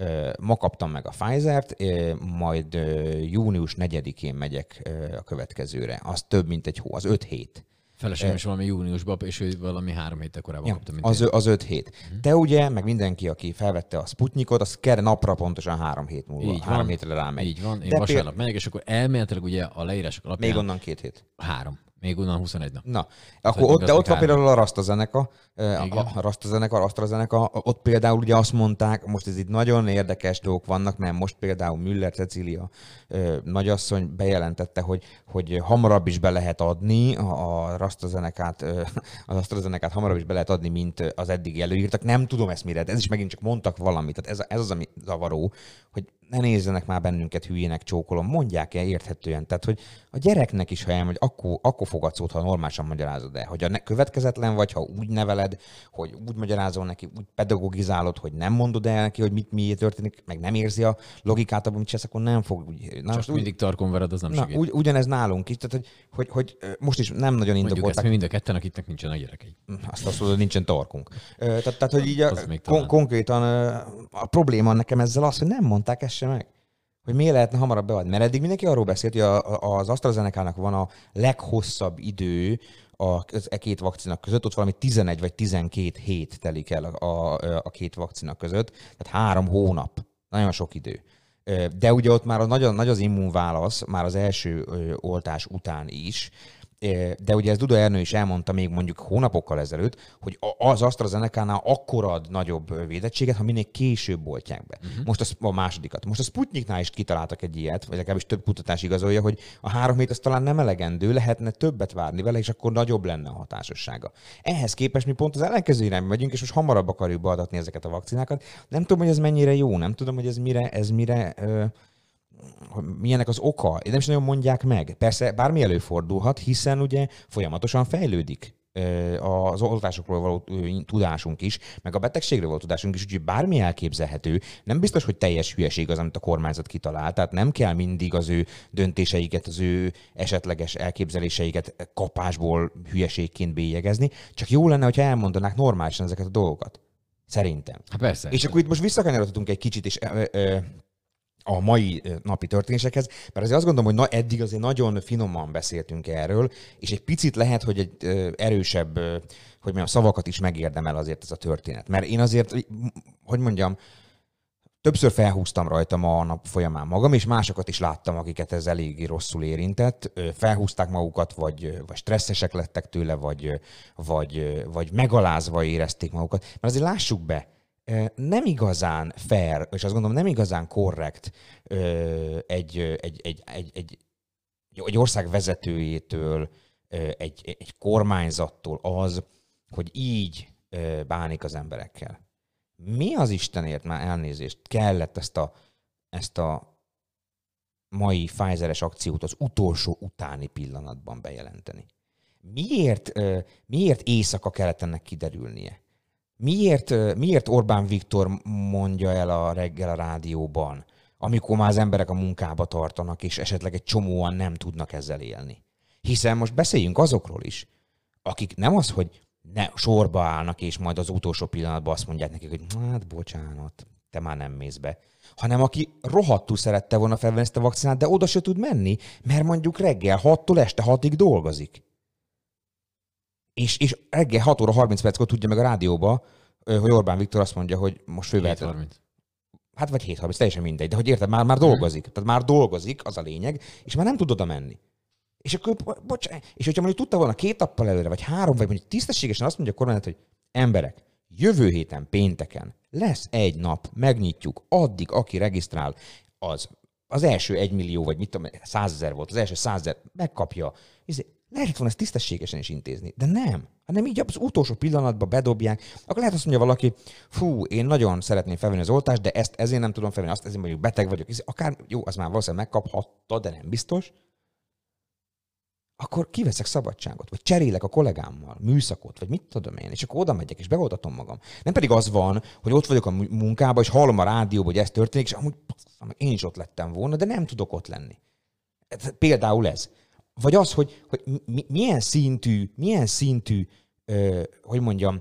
ma kaptam meg a Pfizert, majd június negyedikén megyek a következőre. Az több, mint egy hó, az öt hét. Feleségem is valami júniusban, és ő valami három héttel korábban ja, kapta, mint az, az öt hét. Uh-huh. Te ugye, meg mindenki, aki felvette a Sputnikot, az kell napra pontosan három hét múlva. Így három van, hétre rámegy. Így van, én De vasárnap péld... megyek, és akkor elméletileg ugye a leírások alapján... Még onnan két hét. Három. Még onnan huszonegy nap. Na, akkor ott, de ott van például a AstraZeneca, Igen. a AstraZeneca, AstraZeneca, ott például ugye azt mondták, most ez itt nagyon érdekes dolgok vannak, mert most például Müller Cecília nagyasszony bejelentette, hogy, hogy hamarabb is be lehet adni a AstraZenecát, az AstraZenecát hamarabb is be lehet adni, mint az eddig előírtak. Nem tudom ezt mire, de ez is megint csak mondtak valamit. Tehát ez, ez az, ami zavaró, hogy ne nézzenek már bennünket hülyének, csókolom, mondják el érthetően. Tehát, hogy a gyereknek is, ha elmegy, akkor, akkor fogadsz ott, ha normálisan magyarázod el. Hogy a következetlen vagy, ha úgy neveled, hogy úgy magyarázol neki, úgy pedagogizálod, hogy nem mondod el neki, hogy mit miért történik, meg nem érzi a logikát, abban mit csinálsz, akkor nem fog úgy. Na, Csak mindig úgy, tarkon vered, az nem na, segít. Ugy, ugyanez nálunk is, tehát, hogy, hogy, hogy most is nem nagyon indokolták. Mondjuk ezt mi mind a ketten, akiknek nincsenek gyerekei. Azt azt mondod, nincsen tarkunk. Tehát, tehát hogy így a, kon- konkrétan a probléma nekem ezzel az, hogy nem mondták ezt sem meg. Hogy miért lehetne hamarabb beadni. Mert eddig mindenki arról beszélt, hogy a, az AstraZeneca-nak van a leghosszabb idő az e két vakcina között, ott valami tizenegy vagy tizenkét hét telik el a, a, a két vakcina között, tehát három hónap. Nagyon sok idő. De ugye ott már nagyon nagy az immunválasz, már az első oltás után is, de ugye ez Duda Ernő is elmondta még mondjuk hónapokkal ezelőtt, hogy az AstraZeneca-nál akkor ad nagyobb védettséget, ha minél később oltják be. Uh-huh. Most a, a másodikat. Most a Sputniknál is kitaláltak egy ilyet, vagy legalábbis több kutatás igazolja, hogy a három hét az talán nem elegendő, lehetne többet várni vele, és akkor nagyobb lenne a hatásossága. Ehhez képest mi pont az ellenkező irányba megyünk, és most hamarabb akarjuk beadatni ezeket a vakcinákat. Nem tudom, hogy ez mennyire jó, nem tudom, hogy ez mire, ez mire ö, milyenek az oka. Nem is nagyon mondják meg. Persze bármi előfordulhat, hiszen ugye folyamatosan fejlődik az oltásokról való tudásunk is, meg a betegségről való tudásunk is, úgyhogy bármi elképzelhető. Nem biztos, hogy teljes hülyeség az, amit a kormányzat kitalál, tehát nem kell mindig az ő döntéseiket, az ő esetleges elképzeléseiket kapásból hülyeségként bélyegezni, csak jó lenne, hogyha elmondanák normálisan ezeket a dolgokat. Szerintem. Hát persze. És akkor itt most visszakanyarodhatunk egy kicsit, és ö, ö, a mai napi történésekhez, mert azért azt gondolom, hogy na, eddig azért nagyon finoman beszéltünk erről, és egy picit lehet, hogy egy ö, erősebb, ö, hogy mondjam, szavakat is megérdemel azért ez a történet. Mert én azért, hogy mondjam, többször felhúztam rajta ma a nap folyamán magam, és másokat is láttam, akiket ez eléggé rosszul érintett. Felhúzták magukat, vagy, vagy stresszesek lettek tőle, vagy, vagy, vagy megalázva érezték magukat. Mert azért lássuk be, nem igazán fair, és azt gondolom nem igazán korrekt egy, egy, egy, egy, egy, egy ország vezetőjétől, egy, egy kormányzattól az, hogy így bánik az emberekkel. Mi az Istenért már elnézést kellett ezt a, ezt a mai Pfizeres akciót az utolsó utáni pillanatban bejelenteni? Miért, miért éjszaka kellett ennek kiderülnie? Miért, miért Orbán Viktor mondja el a reggel a rádióban, amikor már az emberek a munkába tartanak, és esetleg egy csomóan nem tudnak ezzel élni? Hiszen most beszéljünk azokról is, akik nem az, hogy ne, sorba állnak, és majd az utolsó pillanatban azt mondják nekik, hogy hát bocsánat, te már nem mész be. Hanem aki rohadtul szerette volna felvenni ezt a vakcinát, de oda se tud menni, mert mondjuk reggel hattól este hatig dolgozik. És, és reggel hat óra harminc perckor tudja meg a rádióba, hogy Orbán Viktor azt mondja, hogy most fővehető. Hát vagy hét harminc, teljesen mindegy, de hogy érted, már, már dolgozik. Tehát már dolgozik, az a lényeg, és már nem tud oda menni. És akkor, bocsánat, és hogyha mondjuk tudta volna két nappal előre, vagy három, vagy mondjuk tisztességesen azt mondja a kormányzat, hogy emberek, jövő héten pénteken lesz egy nap, megnyitjuk, addig, aki regisztrál, az, az első egy millió, vagy mit tudom, százezer volt, az első százezer megkapja. Lehetett volna ezt tisztességesen is intézni, de nem. Hanem így az utolsó pillanatban bedobják, akkor lehet azt mondja valaki, fú, én nagyon szeretném felvenni az oltást, de ezt ezért nem tudom felvenni, azt ezért mondjuk beteg vagyok. Akár, jó, az már valószínűleg megkaphatta, de nem biztos. Akkor kiveszek szabadságot, vagy cserélek a kollégámmal műszakot, vagy mit tudom én, és akkor oda megyek, és beoltatom magam. Nem pedig az van, hogy ott vagyok a munkában, és hallom a rádióban, hogy ez történik, és amúgy én is ott lettem volna, de nem tudok ott lenni. Például ez. Vagy az, hogy, hogy milyen szintű, milyen szintű, ö, hogy mondjam,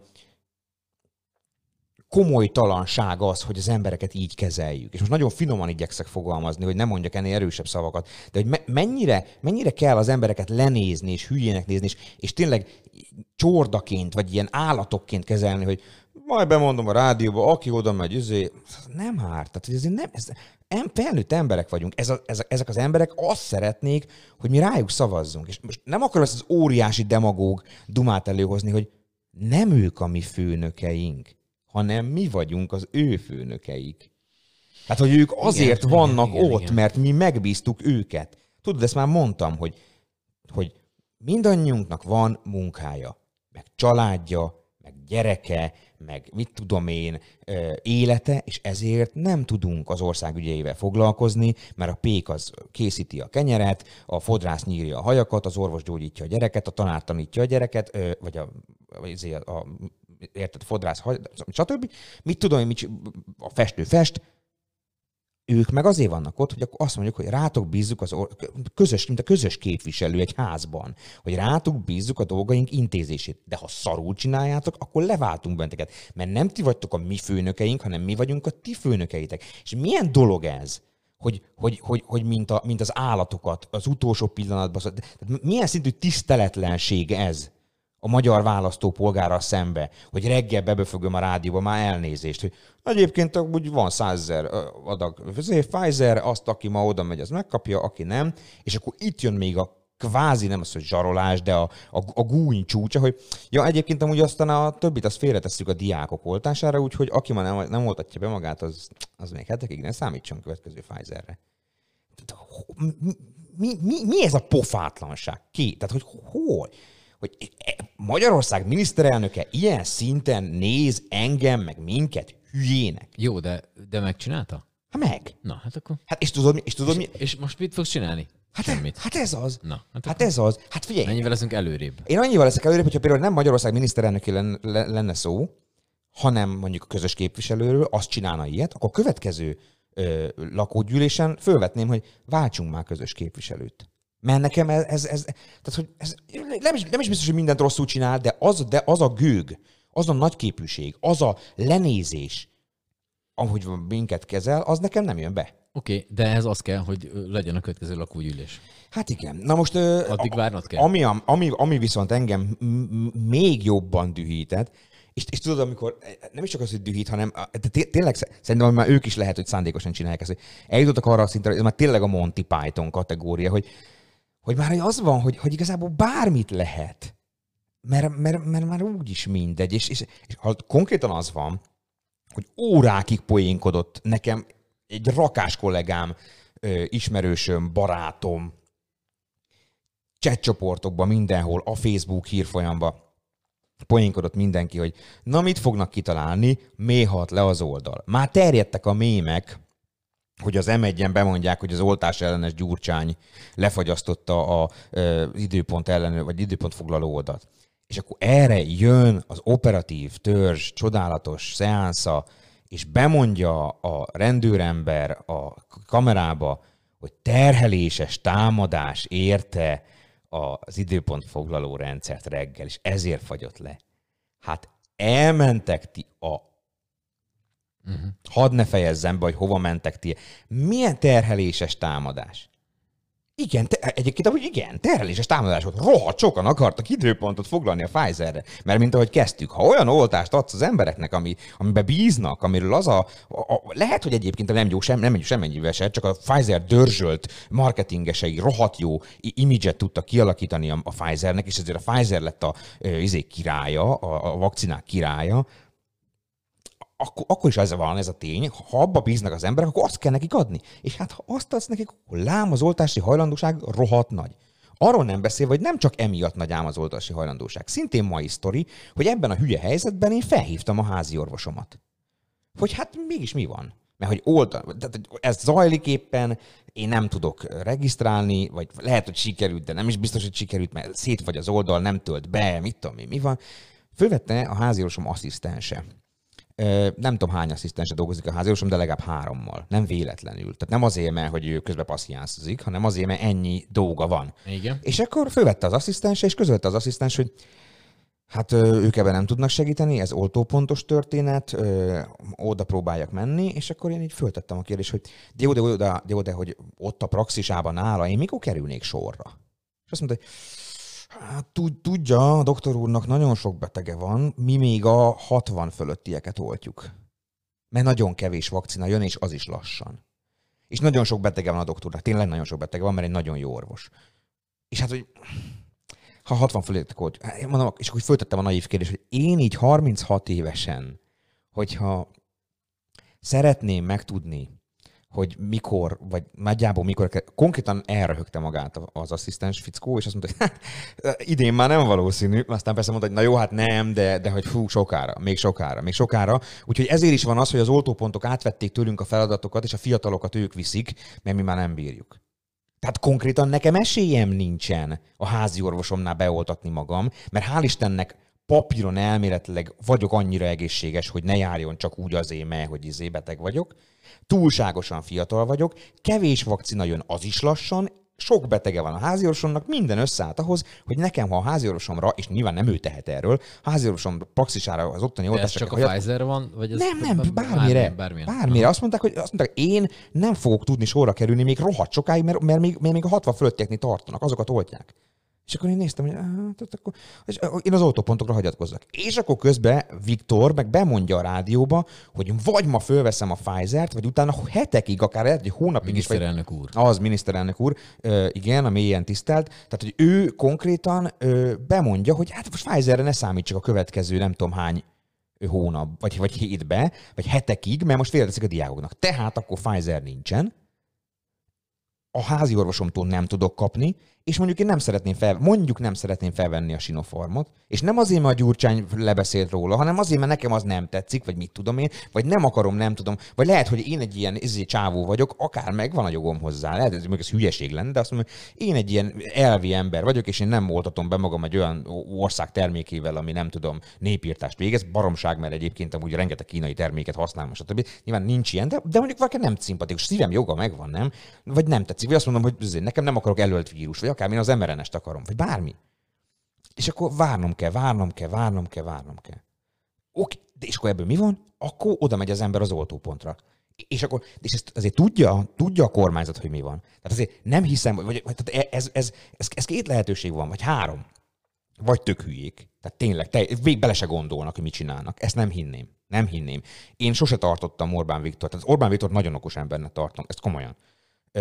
komolytalanság az, hogy az embereket így kezeljük. És most nagyon finoman igyekszek fogalmazni, hogy nem mondjak ennél erősebb szavakat, de hogy me- mennyire, mennyire kell az embereket lenézni, és hülyének nézni, és, és tényleg csordaként, vagy ilyen állatokként kezelni, hogy majd bemondom a rádióba, aki oda megy, ezért nem árt. Tehát, hogy ezért nem, ez, em, felnőtt emberek vagyunk. Ez a, ez a, ezek az emberek azt szeretnék, hogy mi rájuk szavazzunk. És most nem akarom ezt az óriási demagóg dumát előhozni, hogy nem ők a mi főnökeink, hanem mi vagyunk az ő főnökeik. Tehát, hogy ők azért igen, vannak igen, ott, igen. Mert mi megbíztuk őket. Tudod, ezt már mondtam, hogy, hogy mindannyiunknak van munkája, meg családja, meg gyereke, meg mit tudom én, élete, és ezért nem tudunk az ország ügyeivel foglalkozni, mert a pék az készíti a kenyeret, a fodrász nyírja a hajakat, az orvos gyógyítja a gyereket, a tanár tanítja a gyereket, vagy a, vagy a, a érted, fodrász, stb. Mit tudom én, mit, a festő fest, ők meg azért vannak ott, hogy akkor azt mondjuk, hogy rátok bízzuk az or- közös, mint a közös képviselő egy házban, hogy rátok bízzuk a dolgaink intézését. De ha szarul csináljátok, akkor leváltunk benteket. Mert nem ti vagytok a mi főnökeink, hanem mi vagyunk a ti főnökeitek. És milyen dolog ez, hogy, hogy, hogy, hogy mint, a, mint az állatokat az utolsó pillanatban, milyen szintű tiszteletlenség ez a magyar választópolgárral szembe, hogy reggel beböfögöm a rádióba, már elnézést, hogy egyébként úgy van százezer adag Pfizer, azt, aki ma oda megy, az megkapja, aki nem, és akkor itt jön még a kvázi, nem az, hogy zsarolás, de a, a, a gúny csúcsa, hogy ja, egyébként amúgy aztán a többit azt félretesszük a diákok oltására, úgyhogy aki ma nem, nem oltatja be magát, az, az még hetekig ne számítson következő Pfizerre. Mi, mi, mi ez a pofátlanság? Ki? Tehát, hogy hol? Hogy Magyarország miniszterelnöke ilyen szinten néz engem, meg minket hülyének. Jó, de, de megcsinálta? Hát meg. Na, hát akkor... Hát és tudod, és tudod és, mi? És most mit fogsz csinálni? Hát, Semmit. Hát ez az. Na, hát, hát ez az. Hát figyelj. Mennyivel leszünk előrébb? Én annyival leszek előrébb, hogyha például nem Magyarország miniszterelnöké lenne, lenne szó, hanem mondjuk a közös képviselőről, azt csinálna ilyet, akkor a következő ö, lakógyűlésen fölvetném, hogy váltsunk már közös képviselőt. Mert nekem ez, ez, ez, tehát, hogy ez nem, is, nem is biztos, hogy mindent rosszul csinál, de az, de az a gőg, az a nagyképűség, az a lenézés, ahogy minket kezel, az nekem nem jön be. Oké, okay, de ehhez az kell, hogy legyen a következő lakógyűlés. Hát igen. Na most... Addig várnod kell. Ami, ami, ami viszont engem még jobban dühített, És, és tudod, amikor nem is csak az, hogy dühít, hanem té- tényleg szerintem már ők is lehet, hogy szándékosan csinálják ezt, hogy eljutottak arra a szintre, hogy ez már tényleg a Monty Python kategória, hogy, hogy már az van, hogy, hogy igazából bármit lehet. Mert, mert, mert már úgyis mindegy. És, és, és ha konkrétan az van, hogy órákig poénkodott nekem egy rakás kollégám, ismerősöm, barátom, chatcsoportokban, mindenhol, a Facebook hírfolyamban poénkodott mindenki, hogy na mit fognak kitalálni, méhat le az oldal. Már terjedtek a mémek, hogy az em egyen bemondják, hogy az oltás ellenes Gyurcsány lefagyasztotta az időpont ellenő, vagy időpont foglaló oldalt. És akkor erre jön az operatív törzs csodálatos szeánsza, és bemondja a rendőrember a kamerába, hogy terheléses támadás érte az időpont foglaló rendszert reggel, és ezért fagyott le. Hát elmentek ti a... Uh-huh. Hadd ne fejezzem be, hogy hova mentek ti. Milyen terheléses támadás? Igen, te, egyébként amúgy igen, terheléses támadás volt. Rohadt sokan akartak időpontot foglalni a Pfizerre. Mert mint ahogy kezdtük, ha olyan oltást adsz az embereknek, ami, amiben bíznak, amiről az a, a, a lehet, hogy egyébként nem jó sem, nem semmennyivel se, csak a Pfizer dörzsölt marketingesei rohadt jó imidzset tudtak kialakítani a, a Pfizernek, és ezért a Pfizer lett a izé királya, a, a vakcinák királya. Akkor, akkor is ez van, ez a tény, ha abba bíznak az emberek, akkor azt kell nekik adni. És hát ha azt adsz nekik, akkor lám az oltási hajlandóság rohadt nagy. Arról nem beszélve, hogy nem csak emiatt nagy ám az oltási hajlandóság. Szintén mai sztori, hogy ebben a hülye helyzetben én felhívtam a házi orvosomat. Hogy hát mégis mi van? Mert hogy oldal, tehát ez zajlik éppen, én nem tudok regisztrálni, vagy lehet, hogy sikerült, de nem is biztos, hogy sikerült, mert szétfagy az oldal, nem tölt be, mit tudom én, mi van. Fölvette a házi orvosom asszisztense. Nem tudom, hány asszisztense dolgozik a háziorvosom, de legalább hárommal. Nem véletlenül. Tehát nem azért, mert hogy ő közben passziánszik, hanem azért, mert ennyi dolga van. Igen. És akkor fölvette az asszisztense, és közölte az asszisztens, hogy hát ők ebben nem tudnak segíteni, ez oltópontos történet, oda próbáljak menni, és akkor én így föltettem a kérdést, hogy de jó, de, jó, de, jó, de hogy ott a praxisában nála, én mikor kerülnék sorra? És azt mondta, hogy hát tudja, a doktor úrnak nagyon sok betege van, mi még a hatvan fölöttieket oltjuk. Mert nagyon kevés vakcina jön, és az is lassan. És nagyon sok betege van a doktornak, tényleg nagyon sok betege van, mert egy nagyon jó orvos. És hát, hogy ha hatvan fölöttiek oltjuk, mondom, és akkor föltettem a naív kérdést, hogy én így harminchat évesen, hogyha szeretném megtudni, hogy mikor, vagy nagyjából mikor, konkrétan elröhögte magát az asszisztens fickó, és azt mondta, hogy hát, idén már nem valószínű, aztán persze mondta, hogy na jó, hát nem, de, de hogy fú, sokára, még sokára, még sokára. Úgyhogy ezért is van az, hogy az oltópontok átvették tőlünk a feladatokat, és a fiatalokat ők viszik, mert mi már nem bírjuk. Tehát konkrétan nekem esélyem nincsen a házi orvosomnál beoltatni magam, mert hál' Istennek papíron elméletileg vagyok annyira egészséges, hogy ne járjon csak úgy azért, mert hogy izé beteg vagyok. Túlságosan fiatal vagyok, kevés vakcina jön, az is lassan, sok betege van a háziorvosomnak, minden összeállt ahhoz, hogy nekem, ha a háziorvosomra, és nyilván nem ő tehet erről, a háziorvosom praxisára az ottani oltásra... Ez csak a Pfizer van? Vagy ez nem, nem, bármire. Bármilyen. Bármire. Azt mondták, hogy, azt mondták, én nem fogok tudni sorra kerülni még rohadt sokáig, mert, mert, még, mert még a hatvan fölöttieknél tartanak, azokat oltják. És akkor én néztem, hogy hát, akkor, és én az oltópontokra hagyatkozzak. És akkor közben Viktor meg bemondja a rádióba, hogy vagy ma fölveszem a Pfizert, vagy utána hetekig, akár lehet, hogy hónapig is. Miniszterelnök úr. Az miniszterelnök úr, igen, a mélyen tisztelt. Tehát, hogy ő konkrétan bemondja, hogy hát most Pfizerre ne számítsak a következő nem tudom hány hónap, vagy, vagy hétbe, vagy hetekig, mert most félreteszik a diákoknak. Tehát akkor Pfizer nincsen. A házi orvosomtól nem tudok kapni, és mondjuk én nem szeretném fel, mondjuk nem szeretném felvenni a Sinopharmot, és nem azért, mert a Gyurcsány lebeszélt róla, hanem azért, mert nekem az nem tetszik, vagy mit tudom én, vagy nem akarom, nem tudom, vagy lehet, hogy én egy ilyen izé csávó vagyok, akár megvan a jogom hozzá, lehet, hogy ez hülyeség lenne, de azt mondom, hogy én egy ilyen elvi ember vagyok, és én nem oltatom be magam egy olyan ország termékével, ami nem tudom, népírtást végez, baromság, mert egyébként amúgy rengeteg kínai terméket használom, stb. Nyilván nincs ilyen, de, de mondjuk valaki nem szimpatikus, szívem joga megvan, nem? Vagy nem tetszik, vagy azt mondom, hogy nekem nem akarok előtt vírus, vagy akár én az em er en est akarom, vagy bármi. És akkor várnom kell, várnom kell, várnom kell, várnom kell. Oké, de és akkor ebből mi van? Akkor oda megy az ember az oltópontra. És akkor, és ezt azért tudja, tudja a kormányzat, hogy mi van. Tehát azért nem hiszem, vagy, vagy tehát ez, ez, ez, ez két lehetőség van, vagy három. Vagy tök hülyék. Tehát tényleg, te, vég bele se gondolnak, hogy mit csinálnak. Ezt nem hinném. Nem hinném. Én sose tartottam Orbán Viktort. Tehát Orbán Viktort nagyon okos embernek tartom. Ezt komolyan. Ö,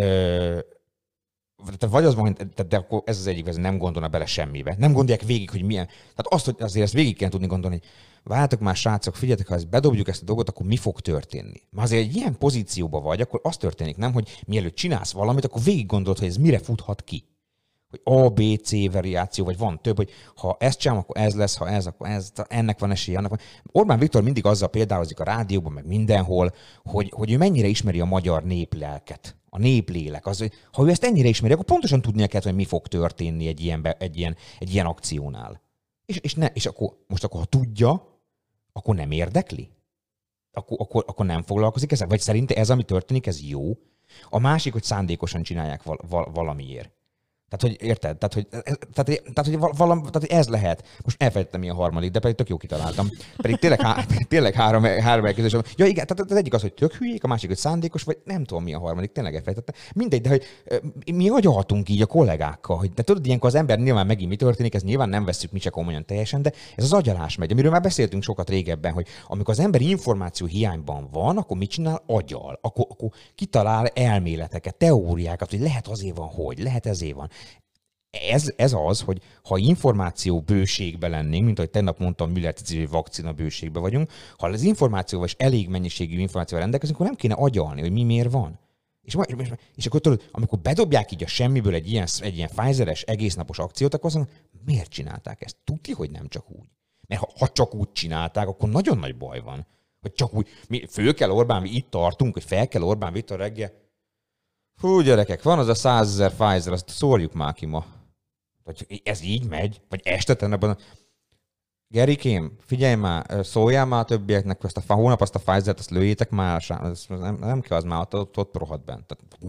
tehát vagy az van, de akkor ez az egyik, ez nem gondolna bele semmibe. Nem gondolják végig, hogy milyen. Tehát azt, hogy azért ezt végig kell tudni gondolni, hogy várjátok már, srácok, figyeljetek, ha ezt bedobjuk ezt a dolgot, akkor mi fog történni? Már azért egy ilyen pozícióban vagy, akkor az történik, nem, hogy mielőtt csinálsz valamit, akkor végig gondolod, hogy ez mire futhat ki. Hogy A, B, C variáció, vagy van több, hogy ha ezt csinálom, akkor ez lesz, ha ez, akkor ez, ennek van esélye, annak van. Orbán Viktor mindig azzal példálozik a rádióban, meg mindenhol, hogy, hogy ő mennyire ismeri a magyar néplelket, a néplélek. Az, ha ő ezt ennyire ismeri, akkor pontosan tudnia kell, hogy mi fog történni egy ilyen, be, egy ilyen, egy ilyen akciónál. És, és, ne, és akkor, most akkor, ha tudja, akkor nem érdekli? Akkor, akkor, akkor nem foglalkozik ezzel? Vagy szerinte ez, ami történik, ez jó? A másik, hogy szándékosan csinálják val, val, valamiért. Tehát, hogy érted? Tehát, hogy, tehát, tehát, hogy, valam, tehát, hogy ez lehet. Most elfelejtettem, mi a harmadik, de pedig tök jó kitaláltam. Pedig tényleg, há, tényleg három, három elképzelés. Ja igen, tehát az egyik az, hogy tök hülyék, a másik, hogy szándékos, vagy nem tudom, mi a harmadik, tényleg elfelejtettem. Mindegy, de hogy mi agyaltunk így a kollégákkal, hogy de tudod, ilyenkor az ember nyilván megint mi történik, ez nyilván nem vesszük mi se komolyan teljesen, de ez az agyalás megy. Amiről már beszéltünk sokat régebben, hogy amikor az ember információ hiányban van, akkor mit csinál? Agyal. Akkor, akkor kitalál elméleteket, teóriákat, hogy lehet azért van, hogy, lehet ezért van. Ez, ez az, hogy ha információ bőségben lennénk, mint ahogy tegnap mondtam, Müller-Cícibé vakcina bőségben vagyunk, ha az információval és elég mennyiségű információval rendelkezünk, akkor nem kéne agyalni, hogy mi miért van. És, és, és akkor tudod, amikor bedobják így a semmiből egy ilyen, egy ilyen Pfizeres egésznapos akciót, akkor azt mondom, miért csinálták ezt? Tudti, hogy nem csak úgy. Mert ha, ha csak úgy csinálták, akkor nagyon nagy baj van. Hogy csak úgy, mi föl kell Orbán, mi itt tartunk, hogy fel kell Orbán Viktor reggel. Hú, gyerekek, van az a százezer Pfizer, azt szórjuk már ki ma. Vagy ez így megy? Vagy este tennebben? Gerikém, figyelj már, szóljál már a többieknek, ezt a hónap azt a Pfizer-t, azt lőjétek már, ez nem, nem kell, az már ott, ott, ott rohadt bent.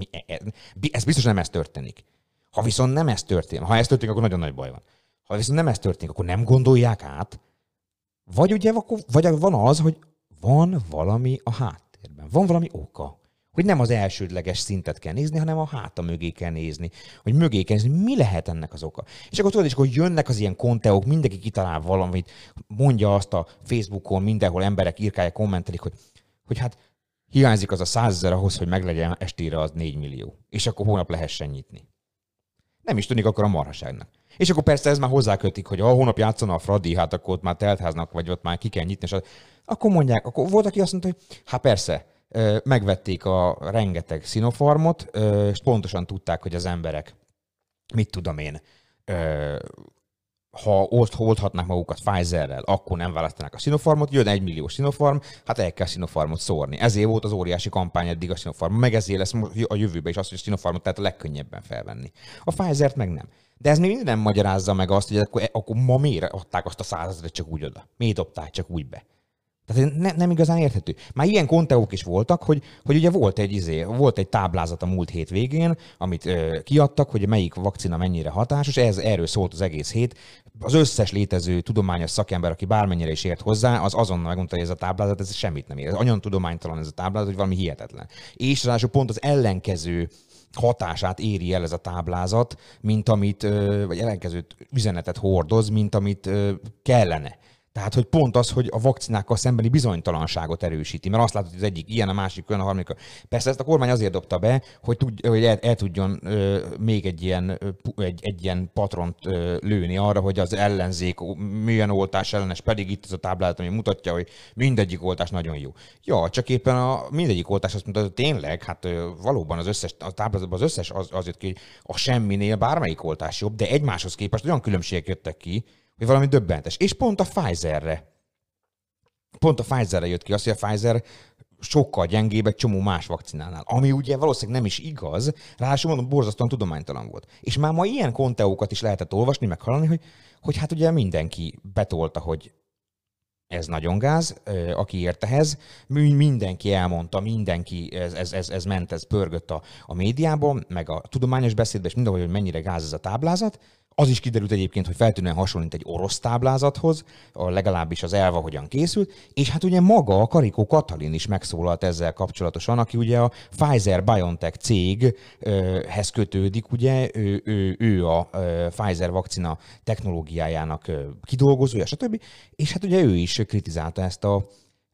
Ez biztos nem ez történik. Ha viszont nem ez történik, ha ez történik, akkor nagyon nagy baj van. Ha viszont nem ez történik, akkor nem gondolják át. Vagy ugye vagy van az, hogy van valami a háttérben, van valami oka. Hogy nem az elsődleges szintet kell nézni, hanem a háta mögé kell nézni. Hogy mögé kell nézni, mi lehet ennek az oka. És akkor tudod, és akkor jönnek az ilyen konteók, mindenki kitalál valamit, mondja azt a Facebookon, mindenhol emberek írkálják, kommentelik, hogy, hogy hát hiányzik az a százezer ahhoz, hogy meglegyen estére az négy millió. És akkor hónap lehessen nyitni. Nem is tűnik akkor a marhaságnak. És akkor persze ez már hozzákötik, hogy ha a hónap játszana a Fradi, hát akkor ott már teltháznak, vagy ott már ki kell nyitni, és akkor mondják, akkor volt, aki azt mondta, hogy hát persze, megvették a rengeteg Sinopharmot, és pontosan tudták, hogy az emberek, mit tudom én, ha oldhatnák magukat Pfizerrel, akkor nem választanák a Sinopharmot, jön egy millió Sinopharm, hát el kell Sinopharmot szórni. Ezért volt az óriási kampány eddig a Sinopharm, meg ezért lesz a jövőben is az, hogy a Sinopharmot tehát a legkönnyebben felvenni. A Pfizert meg nem. De ez még nem magyarázza meg azt, hogy akkor, akkor ma miért adták azt a százezret csak úgy oda? Miért dobták csak úgy be? Tehát ne, nem igazán érthető. Már ilyen konteók is voltak, hogy, hogy ugye volt egy, izé, volt egy táblázat a múlt hét végén, amit ö, kiadtak, hogy melyik vakcina mennyire hatásos, ez, erről szólt az egész hét. Az összes létező tudományos szakember, aki bármennyire is ért hozzá, az azonnal megmondta, hogy ez a táblázat, ez semmit nem ér. Ez annyira tudománytalan ez a táblázat, hogy valami hihetetlen. És ráadásul pont az ellenkező hatását éri el ez a táblázat, mint amit, vagy ellenkező üzenetet hordoz, mint amit kellene. Tehát, hogy pont az, hogy a vakcinákkal szembeni bizonytalanságot erősíti, mert azt látod, hogy az egyik ilyen, a másik olyan, a harmadik. Persze ezt a kormány azért dobta be, hogy, tud, hogy el, el tudjon ö, még egy ilyen, egy, egy ilyen patront ö, lőni arra, hogy az ellenzék milyen oltás ellenes, pedig itt ez a táblázat, ami mutatja, hogy mindegyik oltás nagyon jó. Ja, csak éppen a mindegyik oltás azt mutatja, hogy tényleg, hát ö, valóban az összes, a táblázatban az összes az, azért ki, a semminél bármelyik oltás jobb, de egymáshoz képest olyan különbségek jöttek ki, hogy valami döbbentes. És pont a Pfizerre. Pont a Pfizerre jött ki azt, hogy a Pfizer sokkal gyengébb egy csomó más vakcinánál. Ami ugye valószínűleg nem is igaz, ráadásul mondom, borzasztóan tudománytalan volt. És már ma ilyen konteókat is lehetett olvasni, meg hallani, hogy, hogy hát ugye mindenki betolta, hogy ez nagyon gáz, aki ért ehhez. Mindenki elmondta, mindenki, ez, ez, ez, ez ment, ez pörgött a, a médiában, meg a tudományos beszédben, és mindenhol, hogy mennyire gáz ez a táblázat. Az is kiderült egyébként, hogy feltűnően hasonlít egy orosz táblázathoz, legalábbis az elva hogyan készült, és hát ugye maga a Karikó Katalin is megszólalt ezzel kapcsolatosan, aki ugye a Pfizer-BioNTech céghez kötődik, ugye ő, ő, ő a Pfizer vakcina technológiájának kidolgozója, stb. És hát ugye ő is kritizálta ezt a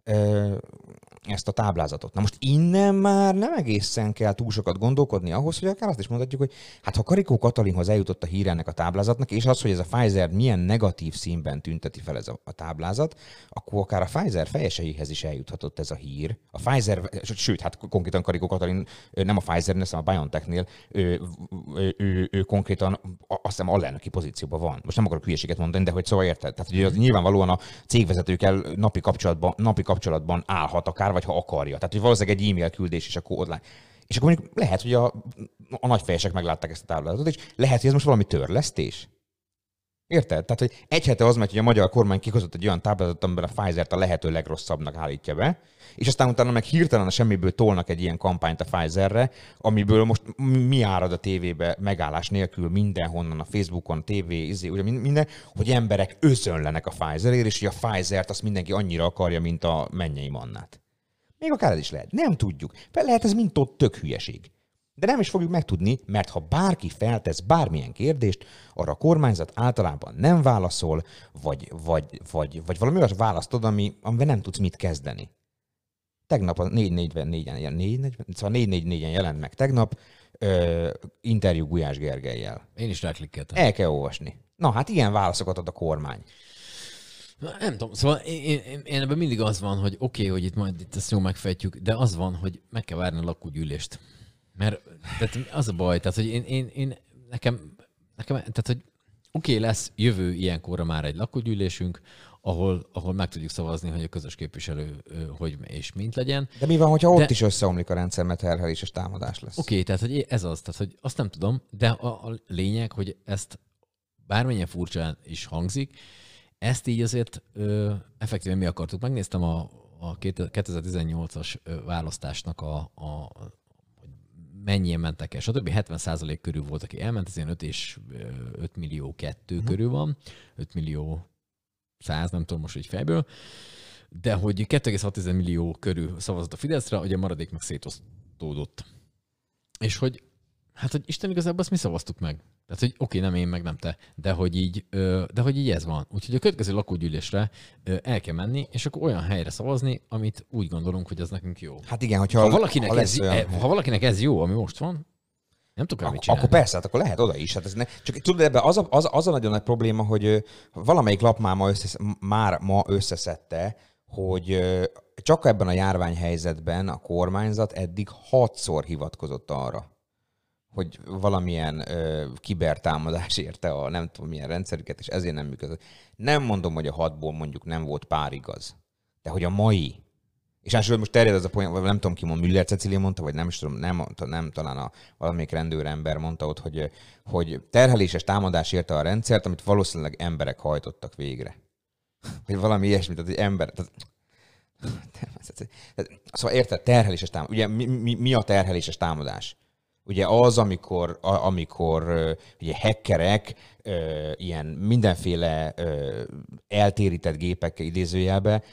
ezt a táblázatot. Na most innen már nem egészen kell túl sokat gondolkodni ahhoz, hogy akár azt is mondhatjuk, hogy hát ha Karikó Katalinhoz eljutott a hír ennek a táblázatnak, és az, hogy ez a Pfizer milyen negatív színben tünteti fel ez a, a táblázat, akkor akár a Pfizer fejeseihez is eljuthatott ez a hír. A Pfizer, sőt, hát konkrétan Karikó Katalin nem a Pfizernél, hanem a BioNTechnél, ő, ő, ő, ő konkrétan azt hiszem alelnöki pozícióban van. Most nem akarok hülyeséget mondani, de hogy szóval érted. Tehát ugye nyilvánvalóan a cégvezetőkkel napi kapcsolatban, napi kapcsolatban állhat akár, vagy ha akarja. Tehát, hogy valószínűleg egy e-mail küldés, és akkor online. És akkor mondjuk lehet, hogy a, a nagyfejesek meglátták ezt a táblázatot, és lehet, hogy ez most valami törlesztés. Érted? Tehát, hogy egy hete az megy, hogy a magyar kormány kihozott egy olyan táblázatot, amiben a Pfizert a lehető legrosszabbnak állítja be, és aztán utána meg hirtelen a semmiből tolnak egy ilyen kampányt a Pfizerre, amiből most mi árad a tévébe megállás nélkül mindenhonnan, a Facebookon, a tévé, izé, ugye minden, hogy emberek özönlenek a Pfizerért, és hogy a Pfizert azt mindenki annyira akarja, mint a mennyei mannát. Még akár ez is lehet. Nem tudjuk. Lehet ez mind ott tök hülyeség. De nem is fogjuk megtudni, mert ha bárki feltesz bármilyen kérdést, arra a kormányzat általában nem válaszol, vagy, vagy, vagy, vagy valami olyas választod, ami, amivel nem tudsz mit kezdeni. Tegnap a négy negyvennégyen, szóval négy negyvennégyen jelent meg tegnap ö, interjú Gulyás Gergellyel. Én is ráklikkeltem. El kell olvasni. Na hát ilyen válaszokat ad a kormány. Na, nem tudom, szóval én, én, én ebben mindig az van, hogy oké, okay, hogy itt majd itt ezt jól megfejtjük, de az van, hogy meg kell várni a lakógyűlést. Mert tehát az a baj, tehát hogy én, én, én nekem, nekem, tehát hogy oké, okay, lesz jövő ilyenkorra már egy lakógyűlésünk, ahol, ahol meg tudjuk szavazni, hogy a közös képviselő hogy és mint legyen. De mi van, hogyha de, ott is összeomlik a rendszer, mert terheléses támadás lesz? Oké, okay, tehát hogy ez az, tehát hogy azt nem tudom, de a, a lényeg, hogy ezt bármilyen furcsán is hangzik, ezt így azért ö, effektíven mi akartuk. Megnéztem a, a kétezer-tizennyolcas választásnak a, a hogy mennyien mentek el, stb. hetven százalék körül volt, aki elment, ez ilyen öt és öt millió kettő uh-huh. körül van, öt millió száz, nem tudom most így fejből, de hogy két egész hat millió körül szavazott a Fideszre, ugye a maradék meg szétosztódott. És hogy hát, hogy Isten igazából azt mi szavaztuk meg. Tehát, hogy oké, okay, nem én, meg nem te, de hogy így, de hogy így ez van. Úgyhogy a következő lakógyűlésre el kell menni, és akkor olyan helyre szavazni, amit úgy gondolunk, hogy az nekünk jó. Hát igen, hogyha ha valakinek, ha ez, olyan... ha valakinek ez jó, ami most van, nem tudok rá mit csinálni. Akkor persze, hát akkor lehet oda is. Hát ez ne... Csak tudod, ebben az a, az, az a nagyon nagy probléma, hogy valamelyik lap már ma, összesz... már ma összeszedte, hogy csak ebben a járványhelyzetben a kormányzat eddig hatszor hivatkozott arra, hogy valamilyen ö, kibertámadás érte a nem tudom milyen rendszerüket, és ezért nem működött. Nem mondom, hogy a hatból mondjuk nem volt pár igaz, de hogy a mai, és ásról most terjed az a poén, nem tudom ki mond, Müller Cecília mondta, vagy nem is tudom, nem, nem talán a valamelyik rendőrember mondta ott, hogy, hogy terheléses támadás érte a rendszert, amit valószínűleg emberek hajtottak végre. Hogy valami ilyesmit, tehát egy ember... Tehát, szóval érted, terheléses támadás. Ugye mi, mi, mi a terheléses támadás? Ugye az, amikor, amikor ugye hackerek ilyen mindenféle eltérített gépekkel idézőjelbe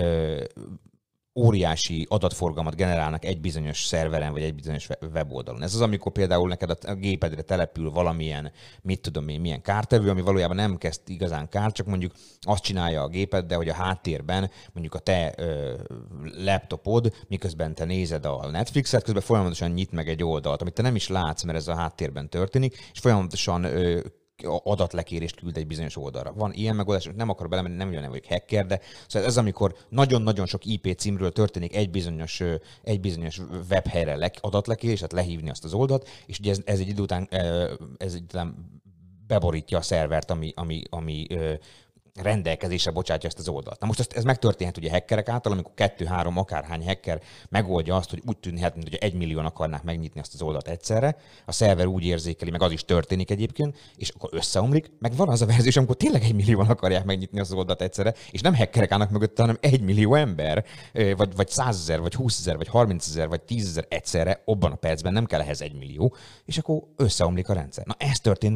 óriási adatforgalmat generálnak egy bizonyos szerveren, vagy egy bizonyos weboldalon. Ez az, amikor például neked a gépedre települ valamilyen, mit tudom én, milyen kártevő, ami valójában nem kezd igazán kárt, csak mondjuk azt csinálja a géped, de hogy a háttérben mondjuk a te ö, laptopod, miközben te nézed a Netflixet, közben folyamatosan nyit meg egy oldalt, amit te nem is látsz, mert ez a háttérben történik, és folyamatosan ö, adatlekérést küld egy bizonyos oldalra. Van ilyen megoldás, nem akarok belemenni, nem nem vagyok hacker, de szóval ez amikor nagyon-nagyon sok I P címről történik egy bizonyos, egy bizonyos webhelyre adatlekérés, tehát lehívni azt az oldalt, és ugye ez, ez egy idő után, ez egy idő után beborítja a szervert, ami, ami, ami rendelkezésre bocsátja ezt az oldalt. Na most ez, ez megtörténhet ugye hackerek által, amikor kettő-három akárhány hacker megoldja azt, hogy úgy tűnhet, mint hogy egy millióan akarnák megnyitni azt az oldalt egyszerre, a szerver úgy érzékeli, meg az is történik egyébként, és akkor összeomlik, meg van az a verzió, amikor tényleg egy millióan akarják megnyitni azt az oldalt egyszerre, és nem hackerek állnak mögötte, hanem egy millió ember, vagy, vagy százezer, vagy húszezer, vagy harmincezer, vagy tízezer egyszerre, abban a percben nem kell ehhez egy millió, és akkor összeomlik a rendszer. Na ez történt ma.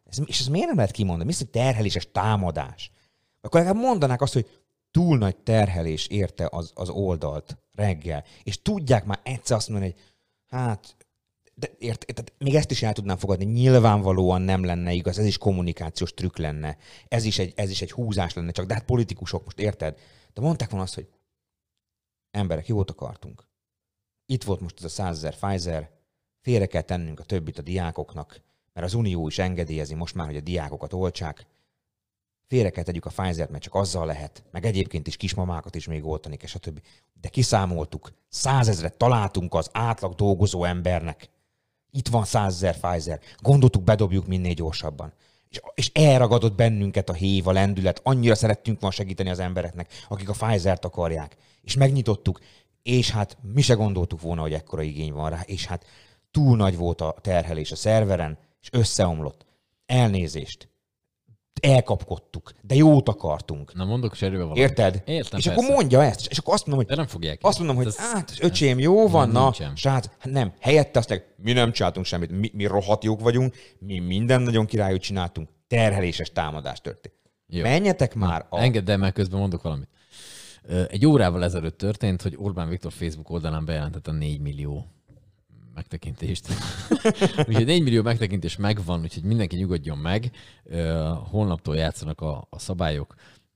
Ez, és ezt miért nem lehet kimondani? Mi az, hogy terheléses támadás? Akkor legalább mondanák azt, hogy túl nagy terhelés érte az, az oldalt reggel, és tudják már egyszer azt mondani, hogy hát, de ért, ért, még ezt is el tudnám fogadni, nyilvánvalóan nem lenne igaz, ez is kommunikációs trükk lenne, ez is egy, ez is egy húzás lenne, csak de hát politikusok, most érted? De mondták volna azt, hogy emberek, jót akartunk. Itt volt most ez a százezer Pfizer, félre kell tennünk a többit a diákoknak, mert az Unió is engedélyezi most már, hogy a diákokat oltsák. Félre kell tegyük a Pfizert, mert csak azzal lehet, meg egyébként is kismamákat is még oltani, és a többi. De kiszámoltuk, százezret találtunk az átlag dolgozó embernek. Itt van százezer Pfizer. Gondoltuk, bedobjuk minél gyorsabban. És, és elragadott bennünket a hév, a lendület. Annyira szerettünk volna segíteni az embereknek, akik a Pfizert akarják. És megnyitottuk, és hát mi se gondoltuk volna, hogy ekkora igény van rá, és hát túl nagy volt a terhelés a szerveren, és összeomlott. Elnézést. Elkapkodtuk, de jót akartunk. Na mondok is erről valamit. Érted? Értem, és persze. akkor mondja ezt, és akkor azt mondom, hogy de nem fogják. azt mondom, hogy ez, hát, öcsém, jó van, na, nincsen. srác, hát nem, helyette azt mondják, mi nem csináltunk semmit, mi, mi rohadt jók vagyunk, mi minden nagyon királyút csináltunk, terheléses támadás történt. Jó. Menjetek már na, a... Engedd el, mert közben mondok valamit. Egy órával ezelőtt történt, hogy Orbán Viktor Facebook oldalán bejelentette a négy millió megtekintést. Úgyhogy négy millió megtekintés megvan, úgyhogy mindenki nyugodjon meg. Holnaptól játszanak a, a szabályok.